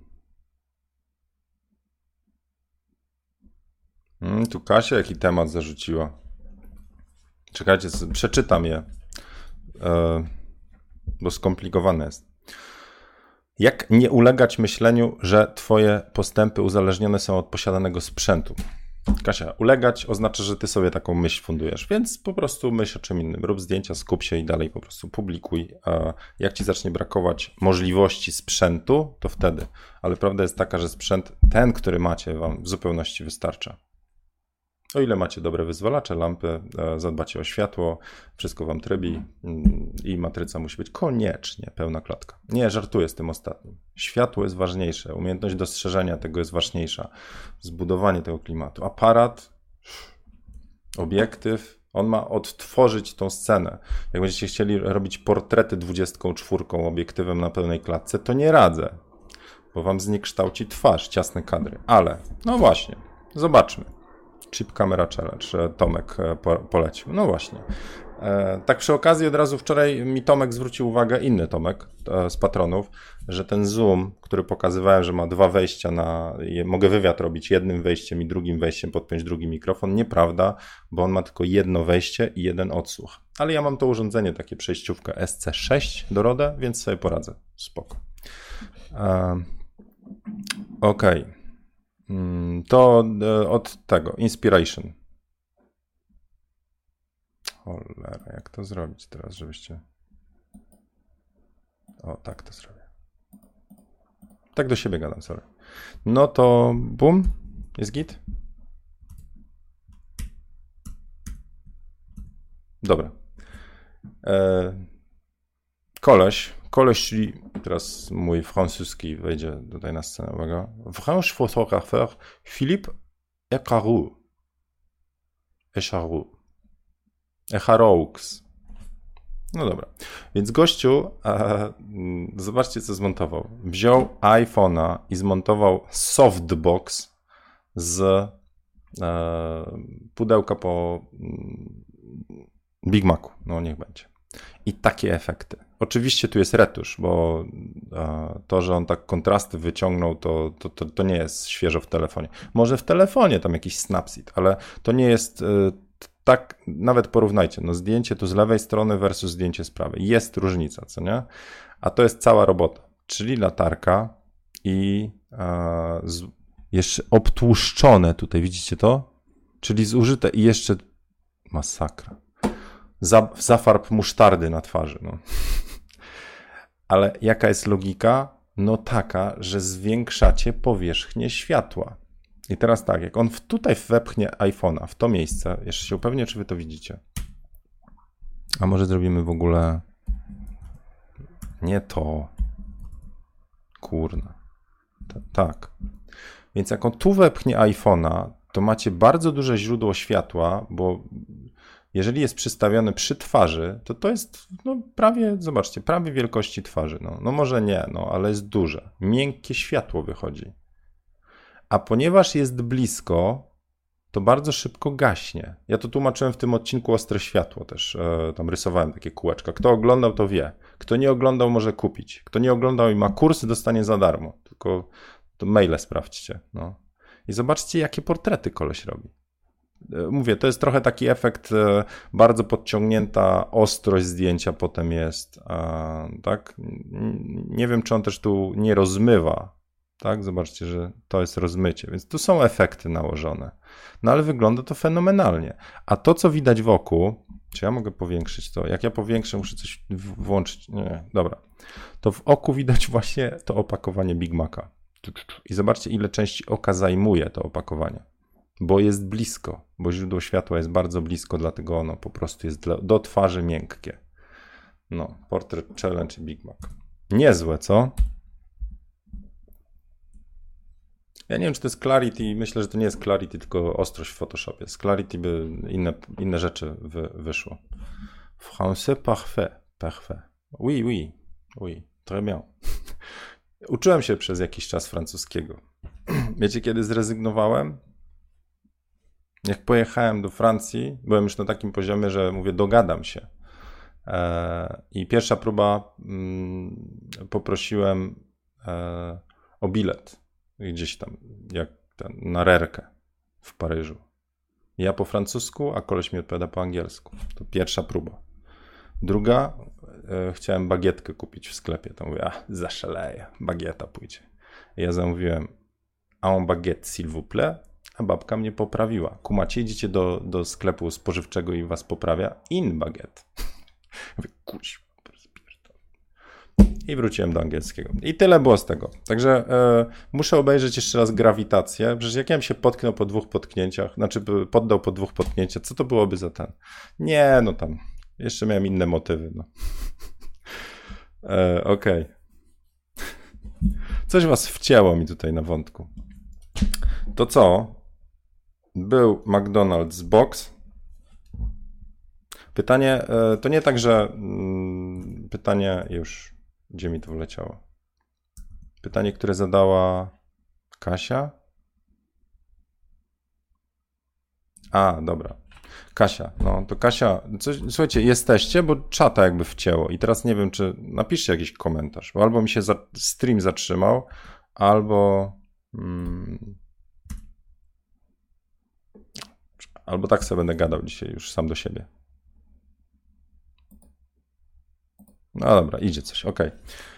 Mm, tu Kasia jaki temat zarzuciła. Czekajcie, przeczytam je, e, bo skomplikowane jest. Jak nie ulegać myśleniu, że twoje postępy uzależnione są od posiadanego sprzętu? Kasia, ulegać oznacza, że ty sobie taką myśl fundujesz, więc po prostu myśl o czym innym. Rób zdjęcia, skup się i dalej po prostu publikuj. A jak ci zacznie brakować możliwości sprzętu, to wtedy. Ale prawda jest taka, że sprzęt, ten, który macie, wam w zupełności wystarcza. O ile macie dobre wyzwalacze, lampy, zadbacie o światło, wszystko wam trybi i matryca musi być koniecznie pełna klatka. Nie, żartuję z tym ostatnim. Światło jest ważniejsze, umiejętność dostrzeżenia tego jest ważniejsza, zbudowanie tego klimatu. Aparat, obiektyw, on ma odtworzyć tą scenę. Jak będziecie chcieli robić portrety dwudziestką czwórką obiektywem na pełnej klatce, to nie radzę, bo wam zniekształci twarz, ciasne kadry. Ale, no właśnie, zobaczmy. Chip Camera Challenge, Tomek po, polecił. No właśnie. E, tak przy okazji od razu wczoraj mi Tomek zwrócił uwagę, inny Tomek e, z patronów, że ten zoom, który pokazywałem, że ma dwa wejścia na, je, mogę wywiad robić jednym wejściem i drugim wejściem, podpiąć drugi mikrofon. Nieprawda, bo on ma tylko jedno wejście i jeden odsłuch. Ale ja mam to urządzenie, takie przejściówkę S C sześć do RODE, więc sobie poradzę. Spoko. E, Okej. Okay. To od tego, Inspiration. Cholera, jak to zrobić teraz, żebyście... O, tak to zrobię. Tak do siebie gadam, sorry. No to bum, jest git? Dobra. E, koleś, koleś, czyli teraz mój francuski wejdzie tutaj na scenę, uwaga. French photographer Philippe Echaroux. Echaroux. Echaroux. No dobra. Więc gościu, e, zobaczcie co zmontował. Wziął iPhone'a i zmontował softbox z e, pudełka po Big Macu. No niech będzie. I takie efekty. Oczywiście tu jest retusz, bo to, że on tak kontrasty wyciągnął, to, to, to, to nie jest świeżo w telefonie. Może w telefonie tam jakiś Snapseed, ale to nie jest tak, nawet porównajcie, no zdjęcie tu z lewej strony versus zdjęcie z prawej. Jest różnica, co nie? A to jest cała robota, czyli latarka i a, z, jeszcze obtłuszczone tutaj, widzicie to? Czyli zużyte i jeszcze masakra. Za, zafarb musztardy na twarzy. No. Ale jaka jest logika? No taka, że zwiększacie powierzchnię światła. I teraz tak, jak on w, tutaj wepchnie iPhone'a w to miejsce, jeszcze się upewnię, czy wy to widzicie. A może zrobimy w ogóle nie to. Kurna. T- tak. Więc jak on tu wepchnie iPhone'a, to macie bardzo duże źródło światła, bo jeżeli jest przystawiony przy twarzy, to to jest no, prawie, zobaczcie, prawie wielkości twarzy. No, no może nie, no, ale jest duże. Miękkie światło wychodzi. A ponieważ jest blisko, to bardzo szybko gaśnie. Ja to tłumaczyłem w tym odcinku Ostre Światło też. E, tam rysowałem takie kółeczka. Kto oglądał, to wie. Kto nie oglądał, może kupić. Kto nie oglądał i ma kurs, dostanie za darmo. Tylko to maile sprawdźcie. No. I zobaczcie, jakie portrety koleś robi. Mówię, to jest trochę taki efekt, bardzo podciągnięta ostrość zdjęcia potem jest, tak? Nie wiem, czy on też tu nie rozmywa, tak? Zobaczcie, że to jest rozmycie, więc tu są efekty nałożone. No ale wygląda to fenomenalnie. A to, co widać wokół, czy ja mogę powiększyć to? Jak ja powiększę, muszę coś włączyć. Nie, dobra. To w oku widać właśnie to opakowanie Big Maca. I zobaczcie, ile części oka zajmuje to opakowanie. Bo jest blisko, bo źródło światła jest bardzo blisko, dlatego ono po prostu jest dla, do twarzy miękkie. No, Portrait Challenge i Big Mac. Niezłe, co? Ja nie wiem, czy to jest Clarity, myślę, że to nie jest Clarity, tylko ostrość w Photoshopie. Z Clarity by inne, inne rzeczy wy, wyszło. Français parfait, parfait. Oui, oui, oui, très bien. Uczyłem się przez jakiś czas francuskiego. Wiecie, kiedy zrezygnowałem? Jak pojechałem do Francji, byłem już na takim poziomie, że mówię, dogadam się. I pierwsza próba, poprosiłem e, o bilet gdzieś tam, jak ten, na rerkę w Paryżu. Ja po francusku, a koleś mi odpowiada po angielsku. To pierwsza próba. Druga, e, chciałem bagietkę kupić w sklepie. To mówię, a zaszaleję, bagieta pójdzie. Ja zamówiłem un baguette s'il vous plaît, a babka mnie poprawiła. Kumacie, idziecie do, do sklepu spożywczego i was poprawia in baguette. Mówię, kuźwa. I wróciłem do angielskiego. I tyle było z tego. Także e, muszę obejrzeć jeszcze raz Grawitację. Przecież jak ja bym się potknął po dwóch potknięciach, znaczy poddał po dwóch potknięciach, co to byłoby za ten? Nie, no tam jeszcze miałem inne motywy. No. e, Okej. Okay. Coś was wcięło mi tutaj na wątku. To co? Był McDonald's Box. Pytanie, e, to nie tak, że mm, pytanie już... Gdzie mi to wleciało? Pytanie, które zadała Kasia? A, dobra. Kasia, no to Kasia, coś, słuchajcie, jesteście, bo czata jakby wcięło i teraz nie wiem, czy napiszcie jakiś komentarz, bo albo mi się za, stream zatrzymał, albo mm, albo tak sobie będę gadał dzisiaj już sam do siebie. No dobra, idzie coś, okej.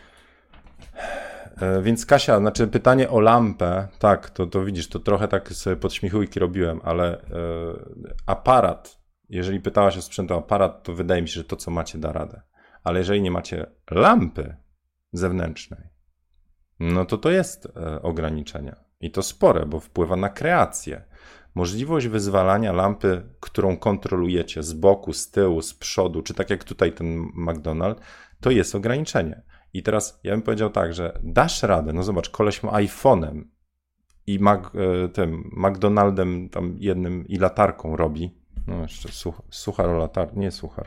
Okay. Więc Kasia, znaczy pytanie o lampę, tak, to, to widzisz, to trochę tak sobie podśmiechujki robiłem, ale e, aparat, jeżeli pytałaś o sprzęt o aparat, to wydaje mi się, że to, co macie, da radę. Ale jeżeli nie macie lampy zewnętrznej, no to to jest e, ograniczenie. I to spore, bo wpływa na kreację. Możliwość wyzwalania lampy, którą kontrolujecie z boku, z tyłu, z przodu, czy tak jak tutaj ten McDonald's, to jest ograniczenie. I teraz ja bym powiedział tak, że dasz radę, no zobacz, koleś ma iPhone'em i Mac, tym McDonaldem tam jednym i latarką robi. No jeszcze such, suchar o latar, nie suchar.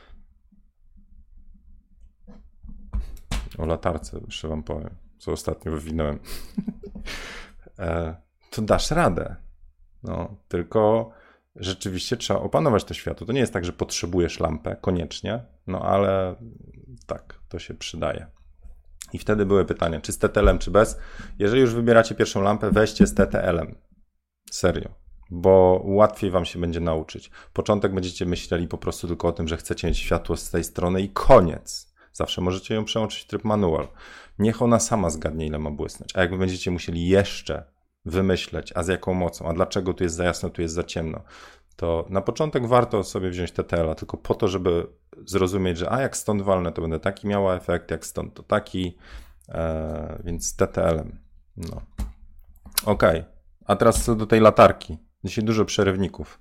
O latarce jeszcze wam powiem, co ostatnio wywinąłem. e, to dasz radę. No, tylko rzeczywiście trzeba opanować to światło. To nie jest tak, że potrzebujesz lampę koniecznie, no ale tak, to się przydaje. I wtedy były pytania, czy z T T L-em, czy bez. Jeżeli już wybieracie pierwszą lampę, weźcie z T T L-em. Serio. Bo łatwiej wam się będzie nauczyć. Początek będziecie myśleli po prostu tylko o tym, że chcecie mieć światło z tej strony i koniec. Zawsze możecie ją przełączyć w tryb manual. Niech ona sama zgadnie, ile ma błysnąć. A jakby będziecie musieli jeszcze wymyśleć, a z jaką mocą, a dlaczego tu jest za jasno, tu jest za ciemno, to na początek warto sobie wziąć T T L-a, tylko po to, żeby zrozumieć, że a jak stąd walnę, to będę taki miała efekt, jak stąd to taki, e, więc z T T L-em. No. Okej, okay. A teraz co do tej latarki. Dzisiaj dużo przerywników.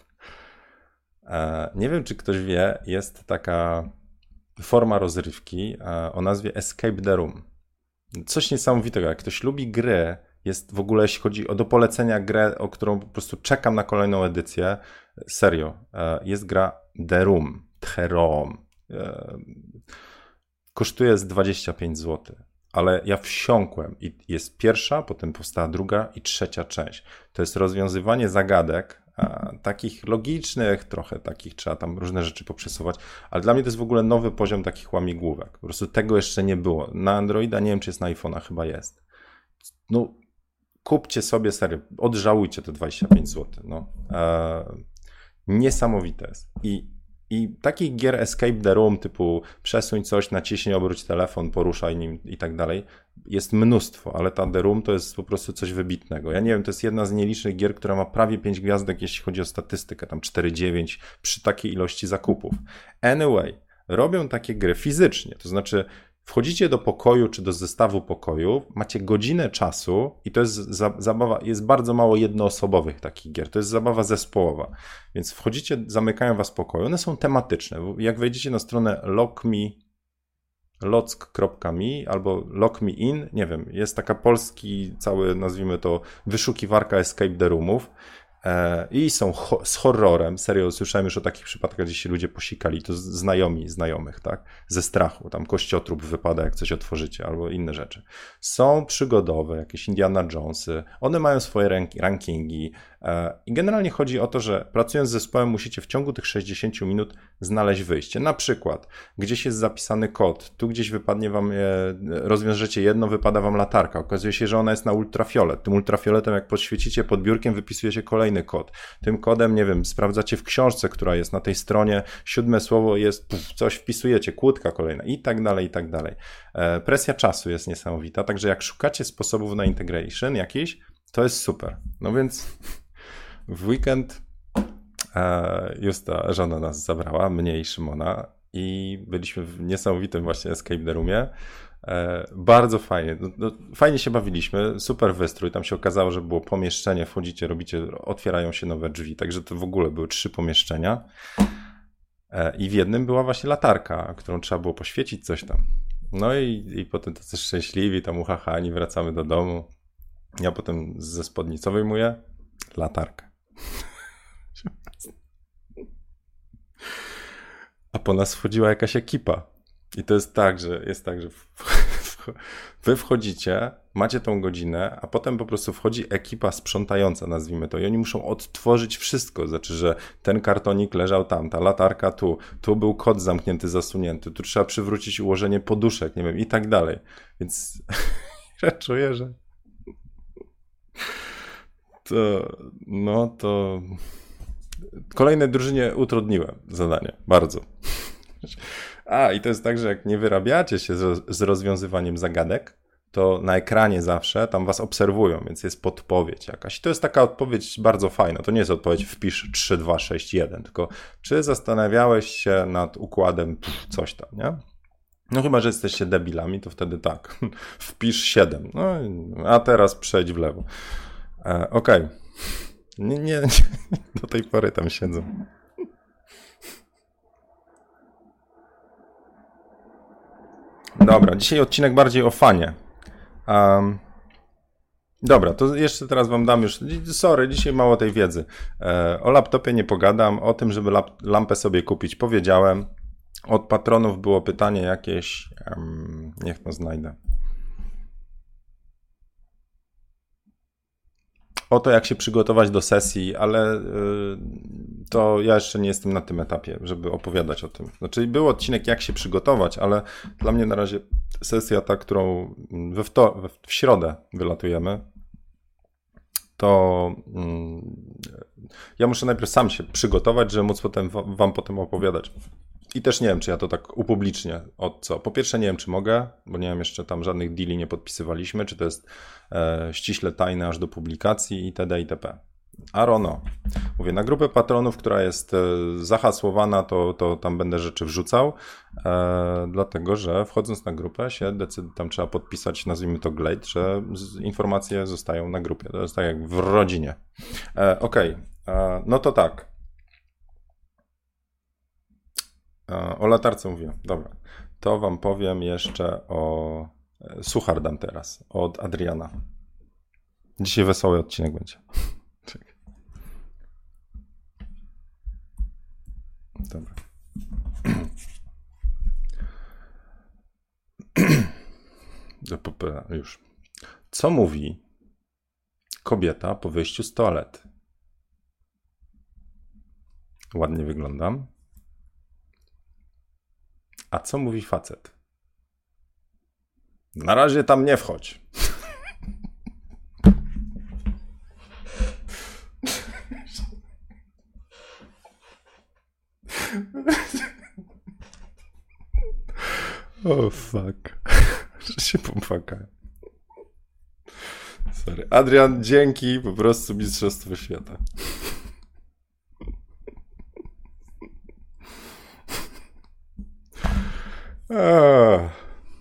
e, nie wiem, czy ktoś wie, jest taka forma rozrywki e, o nazwie Escape the Room. Coś niesamowitego, jak ktoś lubi gry, jest w ogóle, jeśli chodzi o do polecenia grę, o którą po prostu czekam na kolejną edycję, serio, jest gra The Room, The Room. Kosztuje z dwadzieścia pięć złotych, ale ja wsiąkłem i jest pierwsza, potem powstała druga i trzecia część. To jest rozwiązywanie zagadek, takich logicznych, trochę takich, trzeba tam różne rzeczy poprzesuwać, ale dla mnie to jest w ogóle nowy poziom takich łamigłówek. Po prostu tego jeszcze nie było. Na Androida nie wiem, czy jest na iPhone'a, chyba jest. No, kupcie sobie, serio, odżałujcie te dwadzieścia pięć złotych. No. Eee, niesamowite jest. I, I takich gier Escape the Room typu przesuń coś, naciśnij, obróć telefon, poruszaj nim i tak dalej, jest mnóstwo, ale ta The Room to jest po prostu coś wybitnego. Ja nie wiem, to jest jedna z nielicznych gier, która ma prawie pięć gwiazdek, jeśli chodzi o statystykę, tam cztery dziewięć przy takiej ilości zakupów. Anyway, robią takie gry fizycznie, to znaczy wchodzicie do pokoju czy do zestawu pokojów, macie godzinę czasu i to jest za, zabawa, jest bardzo mało jednoosobowych takich gier, to jest zabawa zespołowa, więc wchodzicie, zamykają was w pokoju, one są tematyczne, jak wejdziecie na stronę lockme, lock kropka me albo lock me in, nie wiem, jest taka polski cały, nazwijmy to, wyszukiwarka Escape the Roomów E, I są ho- z horrorem. Serio, słyszałem już o takich przypadkach, gdzie się ludzie posikali, to znajomi znajomych, tak? Ze strachu, tam kościotrup wypada, jak coś otworzycie, albo inne rzeczy. Są przygodowe, jakieś Indiana Jonesy, one mają swoje rank- rankingi e, i generalnie chodzi o to, że pracując z zespołem musicie w ciągu tych sześćdziesięciu minut znaleźć wyjście. Na przykład, gdzieś jest zapisany kod, tu gdzieś wypadnie wam, e, rozwiążecie jedno, wypada wam latarka, okazuje się, że ona jest na ultrafiolet. Tym ultrafioletem, jak podświecicie pod biurkiem, wypisuje się kolejny kod. Tym kodem, nie wiem, sprawdzacie w książce, która jest na tej stronie, siódme słowo jest, puf, coś wpisujecie, kłódka kolejna i tak dalej, i tak dalej. E, presja czasu jest niesamowita, także jak szukacie sposobów na integration jakiś, to jest super. No więc w weekend e, Justa, żona nas zabrała, mnie i Szymona i byliśmy w niesamowitym właśnie escape the roomie. E, bardzo fajnie, no, no, fajnie się bawiliśmy, super wystrój, tam się okazało, że było pomieszczenie, wchodzicie, robicie, otwierają się nowe drzwi, także to w ogóle były trzy pomieszczenia e, i w jednym była właśnie latarka, którą trzeba było poświecić coś tam. No i, i potem tacy szczęśliwi, tam uchachani, wracamy do domu, ja potem ze spodni co wyjmuję? Latarkę. A po nas wchodziła jakaś ekipa. I to jest tak, że jest tak, że wy wchodzicie, macie tą godzinę, a potem po prostu wchodzi ekipa sprzątająca, nazwijmy to, i oni muszą odtworzyć wszystko. Znaczy, że ten kartonik leżał tam, ta latarka tu, tu był kod zamknięty, zasunięty, tu trzeba przywrócić ułożenie poduszek, nie wiem, i tak dalej. Więc ja czuję, że to, no to kolejnej drużynie utrudniłem zadanie, bardzo. A, i to jest tak, że jak nie wyrabiacie się z, z rozwiązywaniem zagadek, to na ekranie zawsze tam was obserwują, więc jest podpowiedź jakaś. I to jest taka odpowiedź bardzo fajna. To nie jest odpowiedź wpisz trzy, dwa, sześć, jeden, tylko czy zastanawiałeś się nad układem pff, coś tam, nie? No chyba, że jesteście debilami, to wtedy tak. Wpisz siedem. No, a teraz przejdź w lewo. E, Okej. Okay. Nie, nie, do tej pory tam siedzą. Dobra, dzisiaj odcinek bardziej o fanie. Um, dobra, to jeszcze teraz wam dam już, sorry, dzisiaj mało tej wiedzy. E, o laptopie nie pogadam, o tym, żeby lap, lampę sobie kupić powiedziałem. Od patronów było pytanie jakieś, um, niech to znajdę. O to, jak się przygotować do sesji, ale y, to ja jeszcze nie jestem na tym etapie, żeby opowiadać o tym. Znaczy, był odcinek, jak się przygotować, ale dla mnie na razie sesja ta, którą we wto, we, w środę wylatujemy, to y, ja muszę najpierw sam się przygotować, żeby móc potem w, wam potem opowiadać. I też nie wiem, czy ja to tak upublicznię. Od co? Po pierwsze nie wiem, czy mogę, bo nie wiem, jeszcze tam żadnych deali nie podpisywaliśmy, czy to jest e, ściśle tajne aż do publikacji itd. itp. Arono. Mówię, na grupę patronów, która jest e, zahasłowana, to, to tam będę rzeczy wrzucał, e, dlatego, że wchodząc na grupę się decyd- tam trzeba podpisać, nazwijmy to glade, że z, informacje zostają na grupie. To jest tak jak w rodzinie. E, Okej, okay. No to tak. O latarce mówiłem, dobra. To wam powiem jeszcze o... Suchar dam teraz, od Adriana. Dzisiaj wesoły odcinek będzie. Dobra. Już. Co mówi kobieta po wyjściu z toalety? Ładnie wyglądam. A co mówi facet? Na razie tam nie wchodź. O oh, fuck. Że się popłakałem. Sorry. Adrian, dzięki. Po prostu mistrzostwo świata. Ah.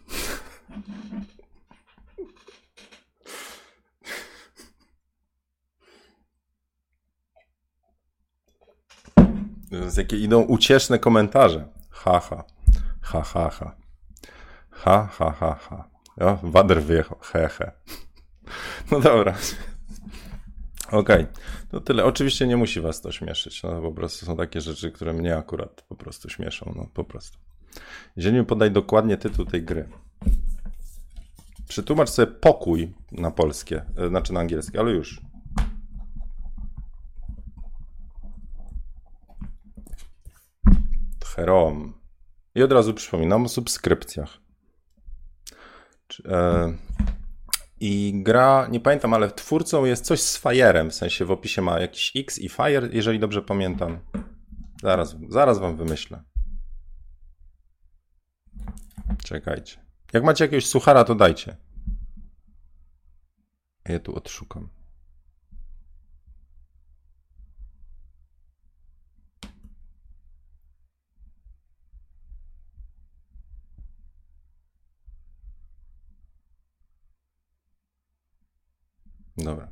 Z jakie idą ucieszne komentarze. Ha, ha. Ha, ha, ha. Ha, ha, ha, ha. O, Wader wyjechał. He, he. No dobra. Okej, okay. To tyle. Oczywiście nie musi was to śmieszyć. No, po prostu są takie rzeczy, które mnie akurat po prostu śmieszą. No, po prostu. Zieniu, podaj dokładnie tytuł tej gry. Przetłumacz sobie pokój na polskie, znaczy na angielskie, ale już. Tcherom. I od razu przypominam o subskrypcjach. E, I gra, nie pamiętam, ale twórcą jest coś z Fire'em, w sensie w opisie ma jakiś X i Fire, jeżeli dobrze pamiętam. Zaraz, zaraz wam wymyślę. Czekajcie. Jak macie jakiegoś suchara, to dajcie. Ja tu odszukam. Dobra.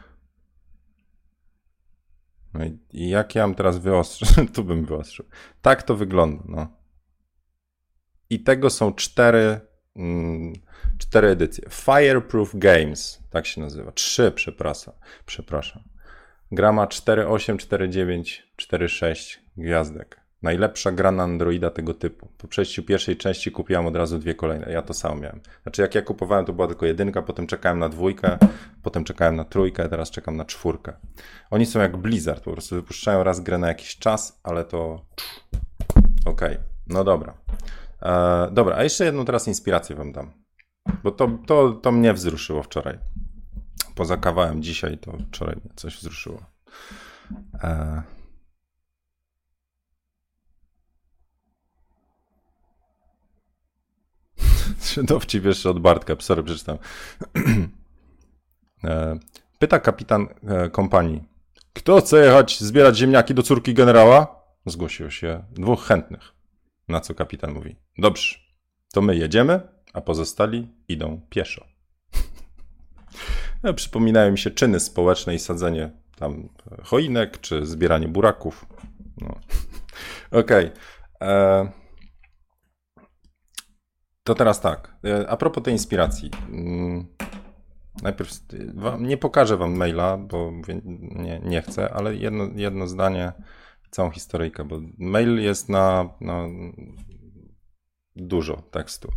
No i, i jak ja mam teraz wyostrzyć? Tu bym wyostrzył. Tak to wygląda, no. I tego są cztery, mm, cztery edycje. Fireproof Games, tak się nazywa. Trzy, przepraszam. przepraszam. Gra ma cztery osiem, cztery dziewięć, cztery sześć gwiazdek. Najlepsza gra na Androida tego typu. Po przejściu pierwszej części kupiłam od razu dwie kolejne. Ja to sam miałem. Znaczy jak ja kupowałem, to była tylko jedynka, potem czekałem na dwójkę, potem czekałem na trójkę, teraz czekam na czwórkę. Oni są jak Blizzard, po prostu wypuszczają raz grę na jakiś czas, ale to... Okej, okay. No dobra. E, dobra, a jeszcze jedną teraz inspirację wam dam. Bo to, to, to mnie wzruszyło wczoraj. Poza kawałem dzisiaj, to wczoraj mnie coś wzruszyło. E... Dowcip jeszcze od Bartka, sorry, przeczytam. Pyta kapitan kompanii. Kto chce jechać zbierać ziemniaki do córki generała? Zgłosiło się dwóch chętnych. Na co kapitan mówi. Dobrze, to my jedziemy, a pozostali idą pieszo. Przypominają mi się czyny społeczne i sadzenie tam choinek, czy zbieranie buraków. No. Okej. Okay. To teraz tak, a propos tej inspiracji. Najpierw nie pokażę wam maila, bo mówię, nie, nie chcę, ale jedno, jedno zdanie, całą historyjkę, bo mail jest na, na dużo tekstu.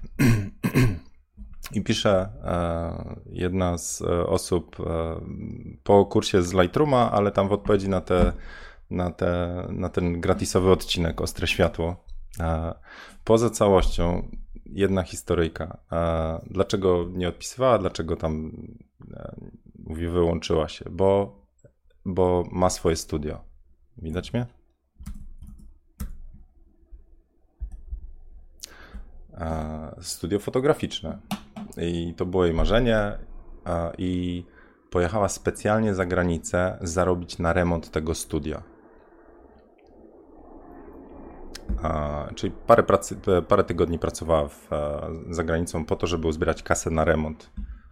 I pisze e, jedna z osób e, po kursie z Lightrooma, ale tam w odpowiedzi na, te, na, te, na ten gratisowy odcinek Ostre Światło. E, poza całością jedna historyjka. E, dlaczego nie odpisywała? Dlaczego tam e, mówi, wyłączyła się? Bo, bo ma swoje studio. Widać mnie? E, studio fotograficzne. I to było jej marzenie. E, I pojechała specjalnie za granicę zarobić na remont tego studia. Czyli parę, pracy, parę tygodni pracowała w, za granicą po to, żeby uzbierać kasę na remont.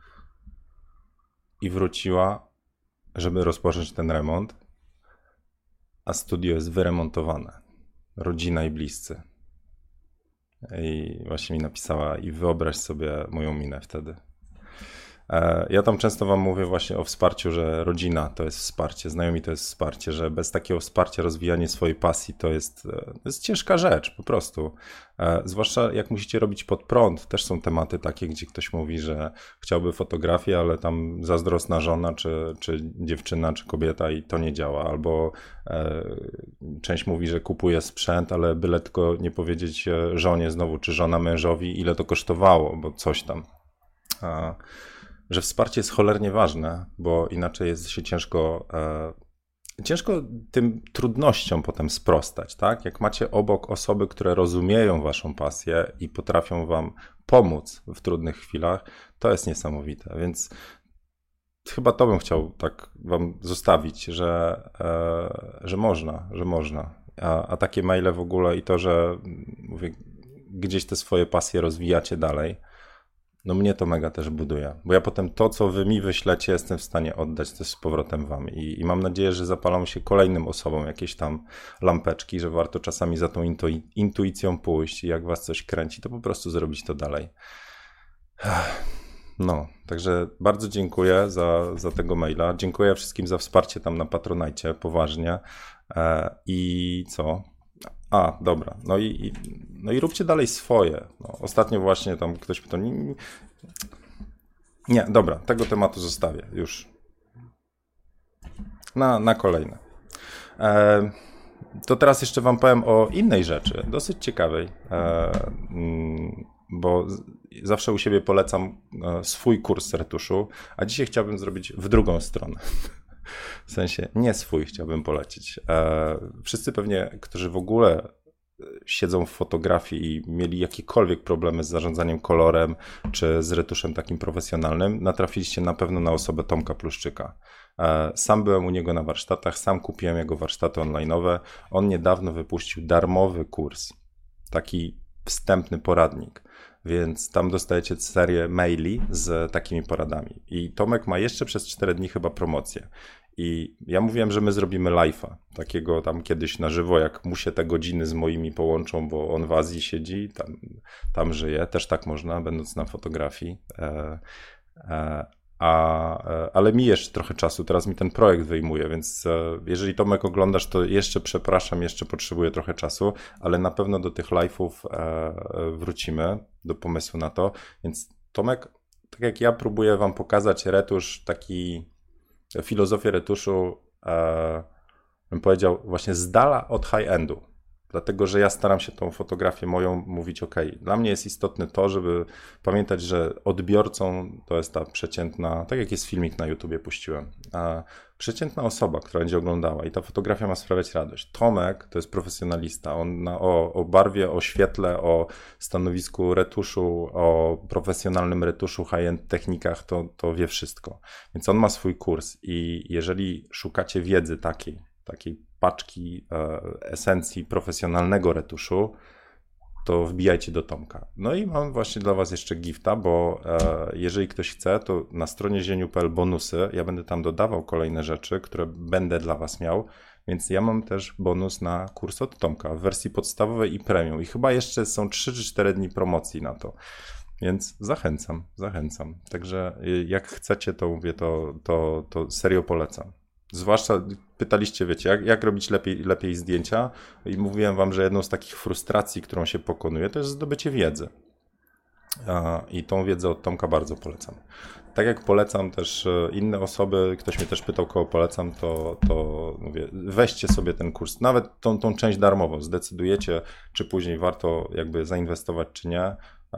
I wróciła, żeby rozpocząć ten remont, a studio jest wyremontowane. Rodzina i bliscy. I właśnie mi napisała i wyobraź sobie moją minę wtedy. Ja tam często wam mówię właśnie o wsparciu, że rodzina to jest wsparcie, znajomi to jest wsparcie, że bez takiego wsparcia rozwijanie swojej pasji to jest, to jest ciężka rzecz po prostu. Zwłaszcza jak musicie robić pod prąd, też są tematy takie, gdzie ktoś mówi, że chciałby fotografię, ale tam zazdrosna żona, czy, czy dziewczyna, czy kobieta i to nie działa. Albo e, część mówi, że kupuje sprzęt, ale byle tylko nie powiedzieć żonie znowu, czy żona mężowi, ile to kosztowało, bo coś tam. A, że wsparcie jest cholernie ważne, bo inaczej jest się ciężko, e, ciężko tym trudnościom potem sprostać, tak? Jak macie obok osoby, które rozumieją waszą pasję i potrafią wam pomóc w trudnych chwilach, to jest niesamowite, więc chyba to bym chciał tak wam zostawić, że, e, że można, że można. A, a takie maile w ogóle i to, że mówię, gdzieś te swoje pasje rozwijacie dalej, no mnie to mega też buduje, bo ja potem to, co wy mi wyślecie, jestem w stanie oddać też z powrotem wam i, i mam nadzieję, że zapalą się kolejnym osobom jakieś tam lampeczki, że warto czasami za tą intu, intuicją pójść i jak was coś kręci, to po prostu zrobić to dalej. No, także bardzo dziękuję za, za tego maila. Dziękuję wszystkim za wsparcie tam na Patronite, poważnie. E, I co? A, dobra. No i, i, no i róbcie dalej swoje. No, ostatnio właśnie tam ktoś pytał. Nie, nie, dobra, tego tematu zostawię już. Na, na kolejne. E, to teraz jeszcze wam powiem o innej rzeczy, dosyć ciekawej, e, mm, bo zawsze u siebie polecam swój kurs retuszu, a dzisiaj chciałbym zrobić w drugą stronę. W sensie nie swój chciałbym polecić. E, wszyscy pewnie, którzy w ogóle siedzą w fotografii i mieli jakiekolwiek problemy z zarządzaniem kolorem czy z retuszem takim profesjonalnym, natrafiliście na pewno na osobę Tomka Pluszczyka. Sam byłem u niego na warsztatach, sam kupiłem jego warsztaty online'owe. On niedawno wypuścił darmowy kurs, taki wstępny poradnik, więc tam dostajecie serię maili z takimi poradami. I Tomek ma jeszcze przez cztery dni chyba promocję. I ja mówiłem, że my zrobimy live'a, takiego tam kiedyś na żywo, jak mu się te godziny z moimi połączą, bo on w Azji siedzi, tam, tam żyje, też tak można, będąc na fotografii. E, e, a, ale mi jeszcze trochę czasu, teraz mi ten projekt wyjmuje, więc jeżeli Tomek oglądasz, to jeszcze przepraszam, jeszcze potrzebuję trochę czasu, ale na pewno do tych live'ów wrócimy, do pomysłu na to, więc Tomek, tak jak ja próbuję wam pokazać retusz, taki filozofię retuszu, bym powiedział właśnie z dala od high-endu. Dlatego, że ja staram się tą fotografię moją mówić, ok, dla mnie jest istotne to, żeby pamiętać, że odbiorcą to jest ta przeciętna, tak jak jest filmik na YouTubie puściłem, a przeciętna osoba, która będzie oglądała i ta fotografia ma sprawiać radość. Tomek to jest profesjonalista, on na, o, o barwie, o świetle, o stanowisku retuszu, o profesjonalnym retuszu, high-end technikach, to, to wie wszystko. Więc on ma swój kurs i jeżeli szukacie wiedzy takiej, takiej paczki e, esencji profesjonalnego retuszu, to wbijajcie do Tomka. No i mam właśnie dla was jeszcze gifta, bo e, jeżeli ktoś chce, to na stronie zieniu kropka p l bonusy, ja będę tam dodawał kolejne rzeczy, które będę dla was miał, więc ja mam też bonus na kurs od Tomka w wersji podstawowej i premium i chyba jeszcze są trzy czy cztery dni promocji na to. Więc zachęcam, zachęcam. Także jak chcecie, to mówię, to, to, to serio polecam. Zwłaszcza pytaliście, wiecie, jak, jak robić lepiej, lepiej zdjęcia i mówiłem wam, że jedną z takich frustracji, którą się pokonuje, to jest zdobycie wiedzy. I tą wiedzę od Tomka bardzo polecam. Tak jak polecam też inne osoby, ktoś mnie też pytał, kogo polecam, to, to mówię, weźcie sobie ten kurs, nawet tą, tą część darmową, zdecydujecie, czy później warto jakby zainwestować, czy nie.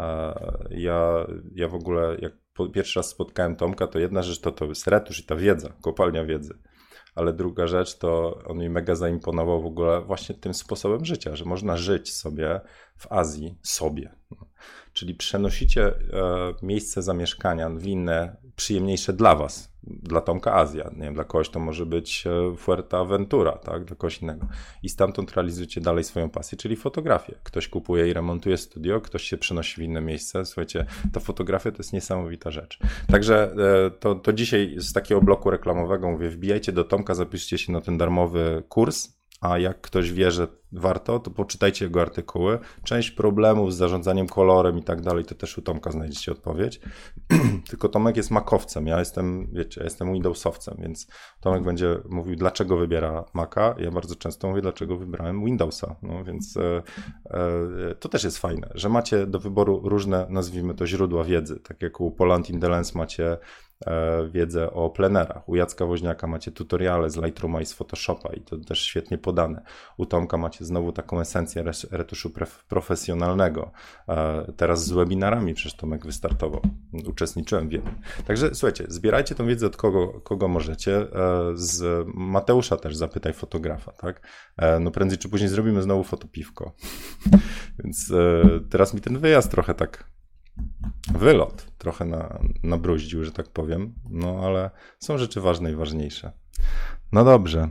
Ja, ja w ogóle, jak pierwszy raz spotkałem Tomka, to jedna rzecz to, to jest retusz i ta wiedza, kopalnia wiedzy. Ale druga rzecz to on mi mega zaimponował w ogóle właśnie tym sposobem życia, że można żyć sobie w Azji sobie. Czyli przenosicie e, miejsce zamieszkania w inne, przyjemniejsze dla was, dla Tomka Azja, nie wiem, dla kogoś to może być Fuerteventura, tak, dla kogoś innego. I stamtąd realizujecie dalej swoją pasję, czyli fotografię. Ktoś kupuje i remontuje studio, ktoś się przenosi w inne miejsce. Słuchajcie, ta fotografia to jest niesamowita rzecz. Także e, to, to dzisiaj z takiego bloku reklamowego mówię, wbijajcie do Tomka, zapiszcie się na ten darmowy kurs, a jak ktoś wie, że warto, to poczytajcie jego artykuły. Część problemów z zarządzaniem kolorem i tak dalej, to też u Tomka znajdziecie odpowiedź. Tylko Tomek jest makowcem, ja jestem, wiecie, ja jestem Windowsowcem, więc Tomek będzie mówił, dlaczego wybiera Maca. Ja bardzo często mówię, dlaczego wybrałem Windowsa. No więc e, e, to też jest fajne, że macie do wyboru różne, nazwijmy to, źródła wiedzy. Tak jak u Poland in the Lens macie e, wiedzę o plenerach. U Jacka Woźniaka macie tutoriale z Lightrooma i z Photoshopa i to też świetnie podane. U Tomka macie znowu taką esencję retuszu profesjonalnego. Teraz z webinarami przecież Tomek wystartował. Uczestniczyłem w jednym. Także słuchajcie, zbierajcie tą wiedzę od kogo, kogo możecie. Z Mateusza też zapytaj fotografa, tak? No prędzej czy później zrobimy znowu fotopiwko. Więc teraz mi ten wyjazd trochę tak wylot trochę na, nabruździł, że tak powiem. No ale są rzeczy ważne i ważniejsze. No dobrze.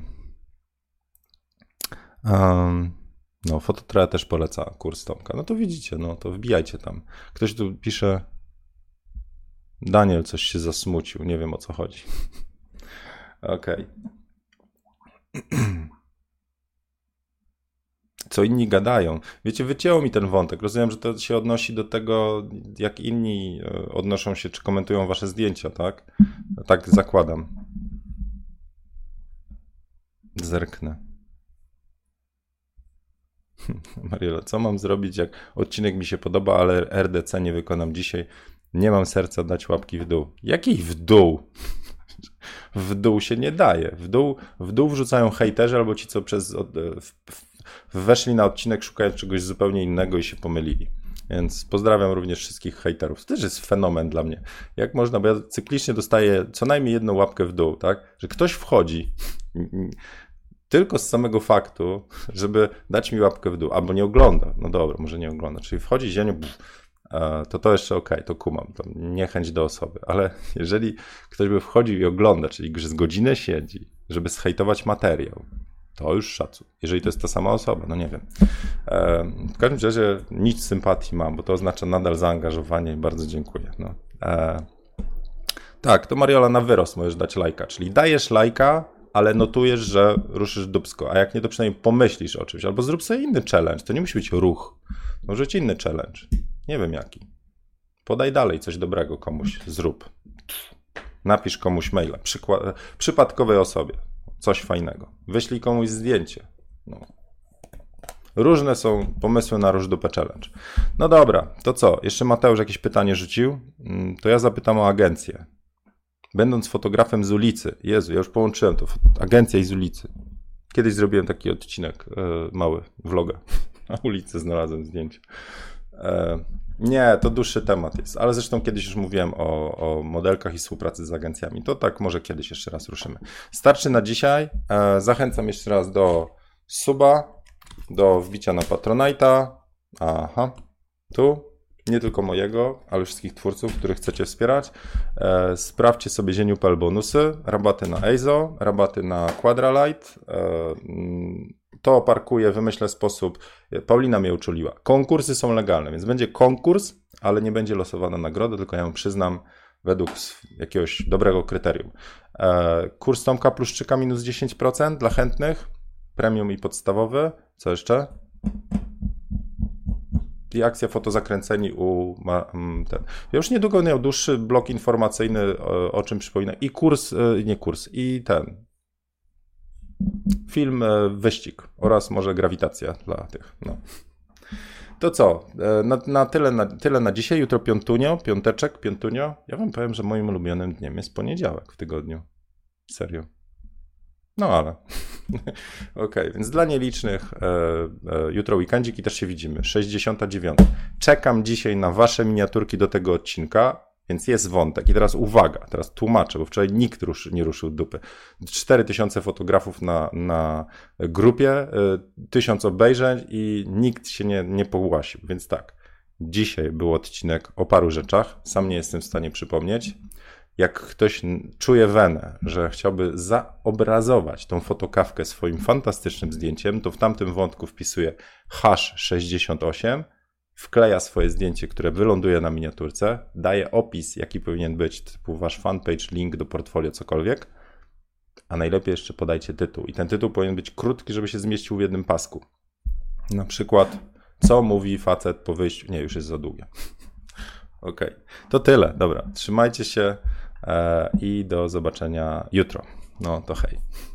Um, no, Fototra też poleca kurs Tomka. No to widzicie, no to wbijajcie tam. Ktoś tu pisze, Daniel coś się zasmucił, nie wiem o co chodzi. Okej. Okay. co inni gadają. Wiecie, wycięło mi ten wątek. Rozumiem, że to się odnosi do tego, jak inni odnoszą się, czy komentują wasze zdjęcia, tak? Tak zakładam. Zerknę. Mariola, co mam zrobić, jak odcinek mi się podoba, ale R D C nie wykonam dzisiaj? Nie mam serca dać łapki w dół. Jakiej w dół? W dół się nie daje. W dół, w dół wrzucają hejterzy albo ci, co przez w, w, weszli na odcinek szukając czegoś zupełnie innego i się pomylili. Więc pozdrawiam również wszystkich hejterów. To też jest fenomen dla mnie. Jak można, bo ja cyklicznie dostaję co najmniej jedną łapkę w dół, tak? Że ktoś wchodzi tylko z samego faktu, żeby dać mi łapkę w dół, albo nie ogląda. No dobra, może nie ogląda. Czyli wchodzi zieniu, to to jeszcze okej, okay, to kumam, to niechęć do osoby. Ale jeżeli ktoś by wchodził i ogląda, czyli że z godzinę siedzi, żeby zhejtować materiał, to już szacun. Jeżeli to jest ta sama osoba, no nie wiem. E, w każdym razie nic sympatii mam, bo to oznacza nadal zaangażowanie i bardzo dziękuję. No. E, tak, to Mariola na wyrost możesz dać lajka, czyli dajesz lajka, ale notujesz, że ruszysz dupsko, a jak nie, to przynajmniej pomyślisz o czymś, albo zrób sobie inny challenge, to nie musi być ruch, może być inny challenge, nie wiem jaki. Podaj dalej coś dobrego komuś, zrób. Napisz komuś maila, przykład, przypadkowej osobie, coś fajnego. Wyślij komuś zdjęcie. No. Różne są pomysły na róż dupę challenge. No dobra, to co? Jeszcze Mateusz jakieś pytanie rzucił? To ja zapytam o agencję. Będąc fotografem z ulicy, Jezu, ja już połączyłem to, agencja i z ulicy. Kiedyś zrobiłem taki odcinek e, mały, vloga. Na ulicy znalazłem zdjęcie. E, nie, to dłuższy temat jest, ale zresztą kiedyś już mówiłem o, o modelkach i współpracy z agencjami. To tak, może kiedyś jeszcze raz ruszymy. Starczy na dzisiaj. E, zachęcam jeszcze raz do suba, do wbicia na Patronite'a. Aha, tu. Nie tylko mojego, ale wszystkich twórców, których chcecie wspierać. E, sprawdźcie sobie zieniu kropka p l bonusy, rabaty na E I Z O, rabaty na Quadralight. E, to oparkuję, wymyślę sposób. Paulina mnie uczuliła. Konkursy są legalne, więc będzie konkurs, ale nie będzie losowana nagroda, tylko ja ją przyznam według jakiegoś dobrego kryterium. E, kurs Tomka Pluszczyka minus dziesięć procent dla chętnych, premium i podstawowy. Co jeszcze? I akcja fotozakręceni u ten. Ja już niedługo miał dłuższy blok informacyjny, o, o czym przypomina. I kurs, nie kurs, i ten film wyścig oraz może grawitacja dla tych. No. To co? Na, na, tyle, na tyle na dzisiaj. Jutro piątunio, piąteczek, piątunio. Ja wam powiem, że moim ulubionym dniem jest poniedziałek w tygodniu. Serio. No ale. Okej, okay, więc dla nielicznych e, e, jutro weekendzik i też się widzimy. sześćdziesiąta dziewiąta. Czekam dzisiaj na wasze miniaturki do tego odcinka, więc jest wątek. I teraz uwaga, teraz tłumaczę, bo wczoraj nikt ruszy, nie ruszył dupy. cztery tysiące fotografów na, na grupie, e, tysiąc obejrzeń i nikt się nie, nie pogłasił. Więc tak, dzisiaj był odcinek o paru rzeczach. Sam nie jestem w stanie przypomnieć. Jak ktoś czuje wenę, że chciałby zaobrazować tą fotokawkę swoim fantastycznym zdjęciem, to w tamtym wątku wpisuje hash sześćdziesiąt osiem, wkleja swoje zdjęcie, które wyląduje na miniaturce, daje opis, jaki powinien być, typu wasz fanpage, link do portfolio, cokolwiek, a najlepiej jeszcze podajcie tytuł. I ten tytuł powinien być krótki, żeby się zmieścił w jednym pasku. Na przykład, co mówi facet po wyjściu... Nie, już jest za długie. Okej, okay. To tyle. Dobra, trzymajcie się. I do zobaczenia jutro. No to hej.